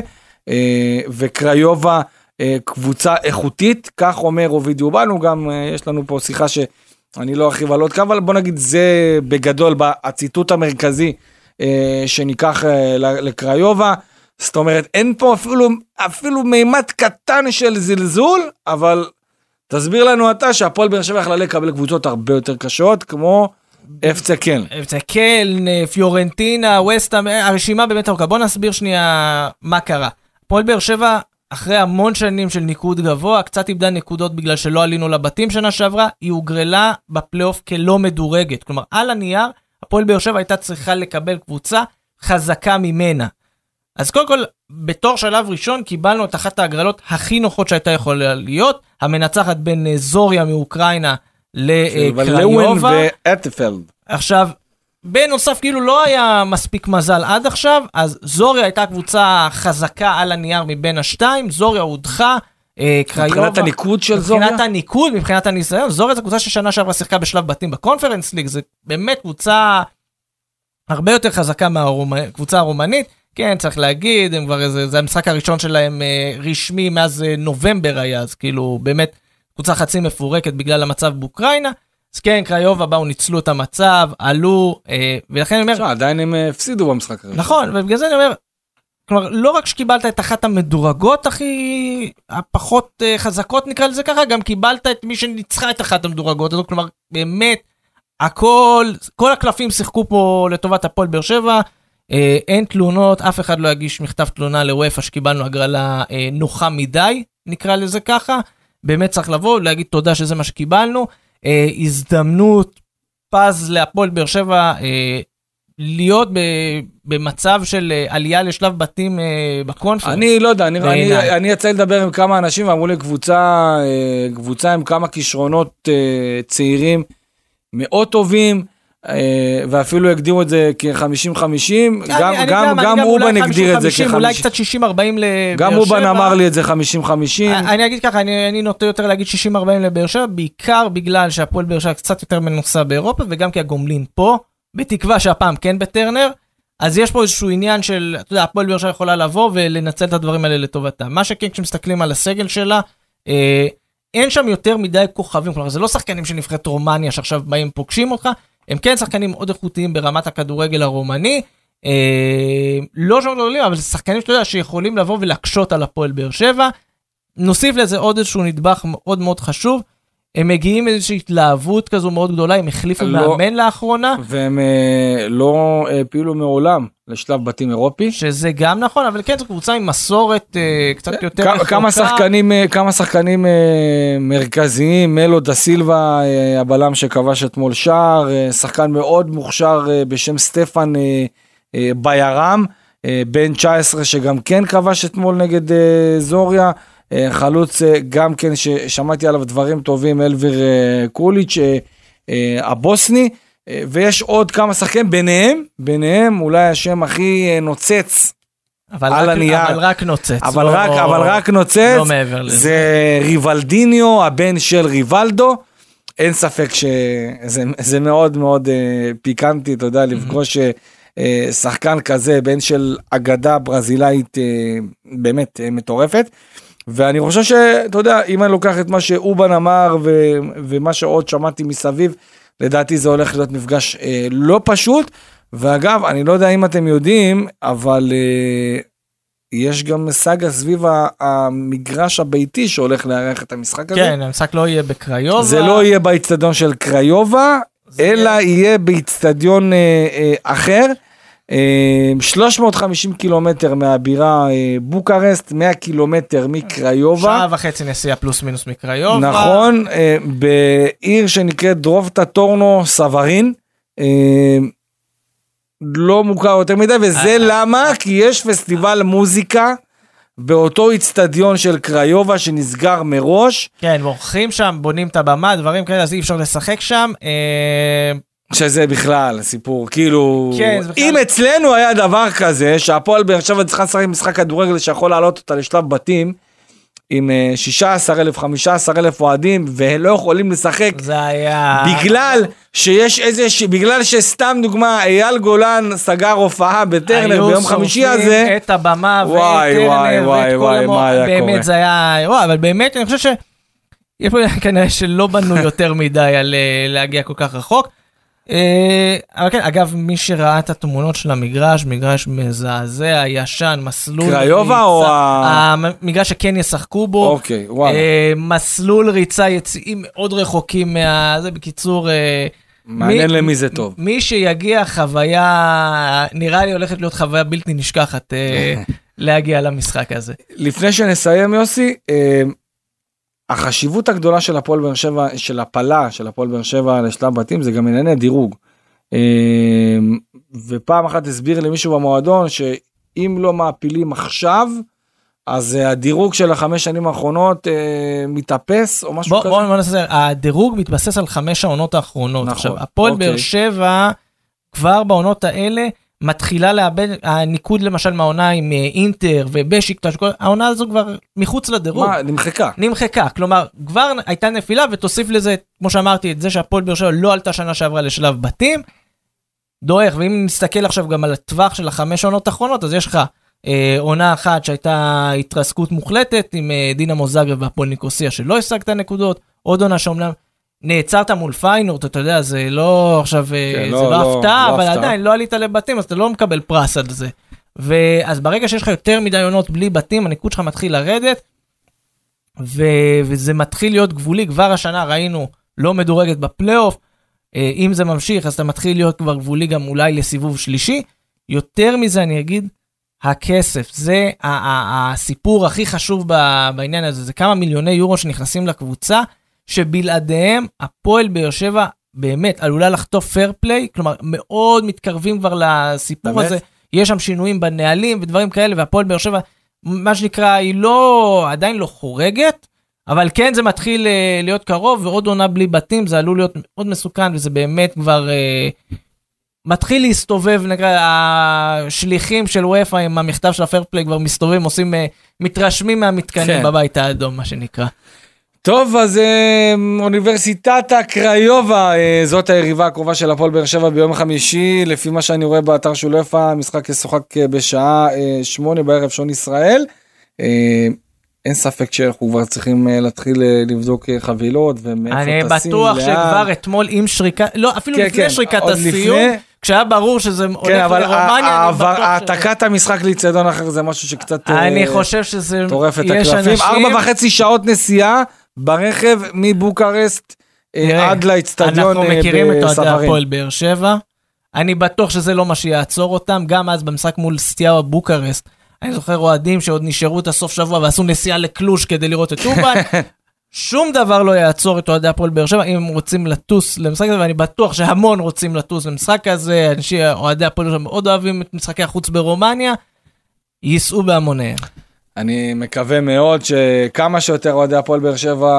וקריובה קבוצה איכותית, כך אומר אובידי אורבן, הוא גם, יש לנו פה שיחה שאני לא ארחיב על עוד כמה, אבל בוא נגיד זה בגדול, הציטוט המרכזי שניקח לקריובה, זאת אומרת, אין פה אפילו, אפילו מימד קטן של זלזול, אבל תסביר לנו אתה שהפועל באר שבע יכלה לקבל קבוצות הרבה יותר קשות, כמו אף סי קלן. אף סי קלן, פיורנטינה, ווסטהאם, הרשימה באמת ארוכה. בוא נסביר שנייה מה קרה. הפועל באר שבע, אחרי המון שנים של ניקוד גבוה, קצת איבדה נקודות בגלל שלא עלינו לבתים שנה שעברה, היא הוגרלה בפלייאוף כלא מדורגת. כלומר, על הנייר, הפועל באר שבע הייתה צריכה לקבל קבוצה חזקה ממנה. אז קודם כל, בתור שלב ראשון, קיבלנו את אחת ההגרלות הכי נוחות שהייתה יכולה להיות, המנצחת בין זוריה מאוקראינה לקריובה. ואטפלד. עכשיו, בנוסף, כאילו לא היה מספיק מזל עד עכשיו, אז זוריה הייתה קבוצה חזקה על הנייר מבין השתיים, זוריה הודחה, קריובה. מבחינת הניקוד של זוריה? מבחינת הניקוד, מבחינת הניסיון, זוריה זו קבוצה ששנה שעברה שיחקה בשלב בתים בקונפרנס ליג, זה באמת קבוצה הרבה יותר חזקה מהקבוצה הרומנית, כן, צריך להגיד, הם כבר איזה, זה המשחק הראשון שלהם אה, רשמי מאז אה, נובמבר היה, אז כאילו באמת קבוצה חצי מפורקת בגלל המצב באוקראינה, אז כן, קריובה באו ניצלו את המצב, עלו, אה, ולכן אני אומר... שע, עדיין הם הפסידו במשחק הראשון. נכון, ובגלל זה אני אומר, כלומר, לא רק שקיבלת את אחת המדורגות הכי, הפחות אה, חזקות נקרא לזה ככה, גם קיבלת את מי שניצחה את אחת המדורגות, הזאת, כלומר, באמת, הכל, כל הקלפים שיחקו פה לטובת הפועל באר שבע, אין תלונות, אף אחד לא יגיש מכתב תלונה לוופא שקיבלנו הגרלה נוחה מדי, נקרא לזה ככה, באמת צריך לבוא, להגיד תודה שזה מה שקיבלנו, אה, הזדמנות פז להפועל באר שבע, אה, להיות ב, במצב של אה, עלייה לשלב בתים אה, בקונפרנס. אני לא יודע, אני, אני, אני יצא לדבר עם כמה אנשים, ואמרו לי קבוצה, אה, קבוצה עם כמה כישרונות אה, צעירים, מאוד טובים, ואפילו הגדירו את זה כ-חמישים חמישים, גם אובן הגדיר את זה כ-חמישים, אולי קצת שישים ארבעים לבאר שבע. גם אובן אמר לי את זה חמישים חמישים. אני אגיד ככה, אני נוטה יותר להגיד שישים ארבעים לבאר שבע, בעיקר בגלל שהפועל באר שבע קצת יותר מנוסה באירופה, וגם כי הגומלין פה, בתקווה שהפעם כן בטרנר, אז יש פה איזשהו עניין של, אתה יודע, הפועל באר שבע יכולה לבוא ולנצל את הדברים האלה לטובתה. מה שכן, כשמסתכלים על הסגל שלה, אין שם יותר מדי כוכבים, כלומר, זה לא שחקנים של נבחרת רומניה שעכשיו באים פוגשים אותך, הם כן שחקנים מאוד איכותיים ברמת הכדורגל הרומני, אה, לא שם גדולים, אבל זה שחקנים שאתה יודע שיכולים לבוא ולהקשות על הפועל באר שבע. נוסיף לזה עוד איזשהו נדבך מאוד מאוד חשוב, הם מגיעים איזושהי התלהבות כזו מאוד גדולה, הם החליפו לא, מאמן לאחרונה. והם אה, לא אה, פעילו מעולם לשלב בתים אירופי. שזה גם נכון, אבל כן זו קבוצה עם מסורת אה, קצת יותר כמה, כמה שחקנים, אה, כמה שחקנים אה, מרכזיים, מלו דה סילבה, אה, הבלם שכבש אתמול שער, אה, שחקן מאוד מוכשר אה, בשם סטפן אה, אה, ביירם, אה, בן תשע עשרה שגם כן כבש אתמול נגד אה, זוריה, חלוץ גם כן ששמעתי עליו דברים טובים, אלביר קוליץ' הבוסני, ויש עוד כמה שחקנים, ביניהם, ביניהם אולי השם הכי נוצץ על הנייר. אבל רק נוצץ. אבל רק, אבל רק נוצץ, זה ריבלדיניו, הבן של ריבלדו, אין ספק שזה מאוד מאוד פיקנטי, אתה יודע, לפגוש שחקן כזה, בן של אגדה ברזילאית באמת מטורפת, ואני חושב שאתה יודע, אם אני לוקח את מה שאובן אמר ו- ומה שעוד שמעתי מסביב, לדעתי זה הולך להיות מפגש אה, לא פשוט, ואגב, אני לא יודע אם אתם יודעים, אבל אה, יש גם סגה סביב המגרש הביתי שהולך לארח את המשחק הזה. כן, המשחק לא יהיה בקריובה. זה לא יהיה באצטדיון של קריובה, אלא יהיה, יהיה באצטדיון אה, אה, אחר, שלוש מאות וחמישים קילומטר מהבירה בוקרסט, מאה קילומטר מקריובה. שעה וחצי נסיעה פלוס מינוס מקריובה. נכון, בעיר שנקראת דרובטה טורנו סוורין, לא מוכר יותר מדי, וזה למה? כי יש פסטיבל מוזיקה באותו אצטדיון של קריובה שנסגר מראש. כן, מורחים שם, בונים את הבמה, דברים כאלה, אז אי אפשר לשחק שם. שזה בכלל סיפור, כאילו, כן, אם בכלל... אצלנו היה דבר כזה, שהפועל באר שבע צריכה לשחק משחק כדורגל שיכול לעלות אותה לשלב בתים, עם שישה עשר אלף, חמישה עשר אלף אוהדים, והם לא יכולים לשחק, זה היה... בגלל שיש איזה, ש... בגלל שסתם דוגמה, אייל גולן סגר הופעה בטרנר ביום חמישי הזה, היו שורפים את הבמה וואי, ואת וואי, טרנר וואי, ואת כל וואי, המור... מה היה באמת קורה? זה היה, וואי, אבל באמת אני חושב ש... יש פה כנראה שלא בנו יותר מדי על להגיע כל כך רחוק, אבל כן, אגב, מי שראה את התמונות של המגרש, מגרש מזעזע, ישן, מסלול קריובה או המגרש שכן ישחקו בו, אוקיי, וואלה. מסלול ריצה יציאים מאוד רחוקים מה... זה בקיצור, מעניין למי זה טוב. מי שיגיע חוויה, נראה לי הולכת להיות חוויה בלתי נשכחת להגיע למשחק הזה. לפני שנסיים יוסי, החשיבות הגדולה של הפועל באר שבע, של הפלה של הפועל באר שבע לשלב בתים, זה גם ענייני דירוג. ופעם אחת הסביר למישהו במועדון, שאם לא מעפילים עכשיו, אז הדירוג של החמש שנים האחרונות מתאפס, או משהו בוא, כזה. בוא, בוא נעשה, הדירוג מתבסס על חמש העונות האחרונות. נכון. עכשיו, הפועל אוקיי. באר שבע, כבר בעונות האלה, מתחילה לאבד, הניקוד למשל מהעונה עם אינטר ובשיקטש, העונה הזו כבר מחוץ לדירוג. מה, נמחקה. נמחקה, כלומר, כבר הייתה נפילה, ותוסיף לזה, כמו שאמרתי, את זה שהפועל באר שבע לא עלתה שנה שעברה לשלב בתים, דורך, ואם נסתכל עכשיו גם על הטווח של החמש עונות האחרונות, אז יש לך אה, עונה אחת שהייתה התרסקות מוחלטת, עם אה, דינמו זאגרב והפועל ניקוסיה, שלא השגת נקודות, עוד עונה שאומנם, נעצרת מול פיינורד, אתה יודע, זה לא עכשיו, כן, זה לא, לא הפתעה, לא אבל הפתעה. עדיין לא עלית לבתים, אז אתה לא מקבל פרס על זה. ואז ברגע שיש לך יותר מדי עונות בלי בתים, הניקוד שלך מתחיל לרדת, ו... וזה מתחיל להיות גבולי, כבר השנה ראינו לא מדורגת בפלייאוף, אם זה ממשיך, אז אתה מתחיל להיות כבר גבולי גם אולי לסיבוב שלישי, יותר מזה אני אגיד, הכסף, זה הסיפור הכי חשוב בעניין הזה, זה כמה מיליוני יורו שנכנסים לקבוצה, שבלעדיהם הפועל באר שבע באמת עלולה לחטוף פייר פליי, כלומר מאוד מתקרבים כבר לסיפור באמת? הזה, יש שם שינויים בנהלים ודברים כאלה, והפועל באר שבע, מה שנקרא, היא לא, עדיין לא חורגת, אבל כן זה מתחיל להיות קרוב, ועוד עונה בלי בתים, זה עלול להיות מאוד מסוכן, וזה באמת כבר מתחיל להסתובב, נקרא, השליחים של וופא עם המכתב של הפייר פליי כבר מסתובבים, עושים, מתרשמים מהמתקנים כן. בבית האדום, מה שנקרא. טוב, אז אוניברסיטת הקריובה, זאת היריבה הקרובה של הפועל באר שבע ביום חמישי, לפי מה שאני רואה באתר של וופא, המשחק ישוחק בשעה שמונה בערב שעון ישראל. אין ספק שאנחנו כבר צריכים להתחיל לבדוק חבילות ומאיפה טסים. אני בטוח שכבר אתמול עם שריקה, לא, אפילו לפני שריקת הסיום, כשהיה ברור שזה הולך לרומניה, אני בטוח ש... העתקת המשחק לאצטדיון אחר זה משהו שקצת אני חושב שזה... טורף את הקלפים. ארבע וחצי שעות נסיעה ברכב מבוקרסט עד לאצטדיון בספרים. אנחנו מכירים את אוהדי הפועל באר שבע, אני בטוח שזה לא מה שיעצור אותם, גם אז במשחק מול סטיאבה בוקרסט, אני זוכר אוהדים שעוד נשארו את הסוף שבוע ועשו נסיעה לקלוש כדי לראות את אורבן, שום דבר לא יעצור את אוהדי הפועל באר שבע אם הם רוצים לטוס למשחק הזה, ואני בטוח שהמון רוצים לטוס למשחק הזה, אנשים, אוהדי הפועל באר שבע מאוד אוהבים את משחקי החוץ ברומניה, ייסעו בהמוניהם. אני מקווה מאוד שכמה שיותר אוהדי הפועל באר שבע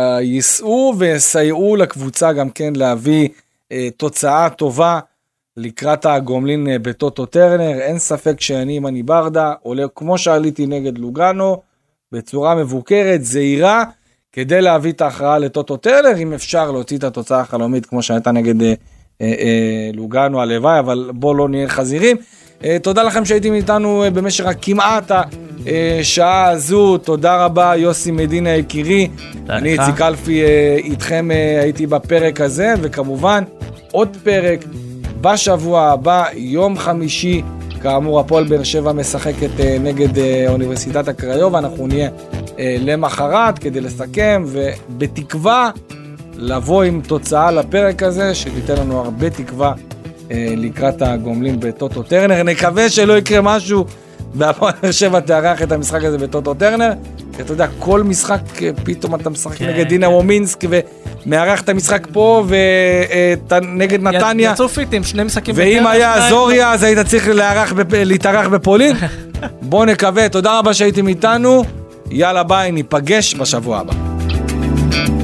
ייסעו ויסייעו לקבוצה גם כן להביא אה, תוצאה טובה, לקראת הגומלין בטוטו טרנר. אין ספק שאני עם אני ברדה, עולה כמו שעליתי נגד לוגנו, בצורה מבוקרת, זהירה, כדי להביא את ההכרעה לטוטו טרנר, אם אפשר להוציא את התוצאה החלומית, כמו שהייתה נגד אה, אה, לוגנו הלוואי, אבל בוא לא נהיה חזירים. אה, תודה לכם שהייתם איתנו במשך כמעט השעה הזו, תודה רבה יוסי מדינה יקירי, אני איציק אלפי אה, איתכם אה, הייתי בפרק הזה, וכמובן עוד פרק, בשבוע הבא, יום חמישי, כאמור הפועל באר שבע משחקת נגד אוניברסיטת הקריובה, אנחנו נהיה למחרת כדי לסכם, ובתקווה לבוא עם תוצאה לפרק הזה, שתיתן לנו הרבה תקווה לקראת הגומלין בטוטו טרנר. נקווה שלא יקרה משהו, והפועל באר שבע תארח את המשחק הזה בטוטו טרנר, כי אתה יודע, כל משחק פתאום אתה משחק כן, נגד דינמו מינסק, ומארח את המשחק פה, ונגד נתניה. יצאו פיטים, שני משחקים. ואם היה זוריה, אז היית צריך להתארח בפולין. בואו נקווה, תודה רבה שהייתם איתנו, יאללה ביי, ניפגש בשבוע הבא.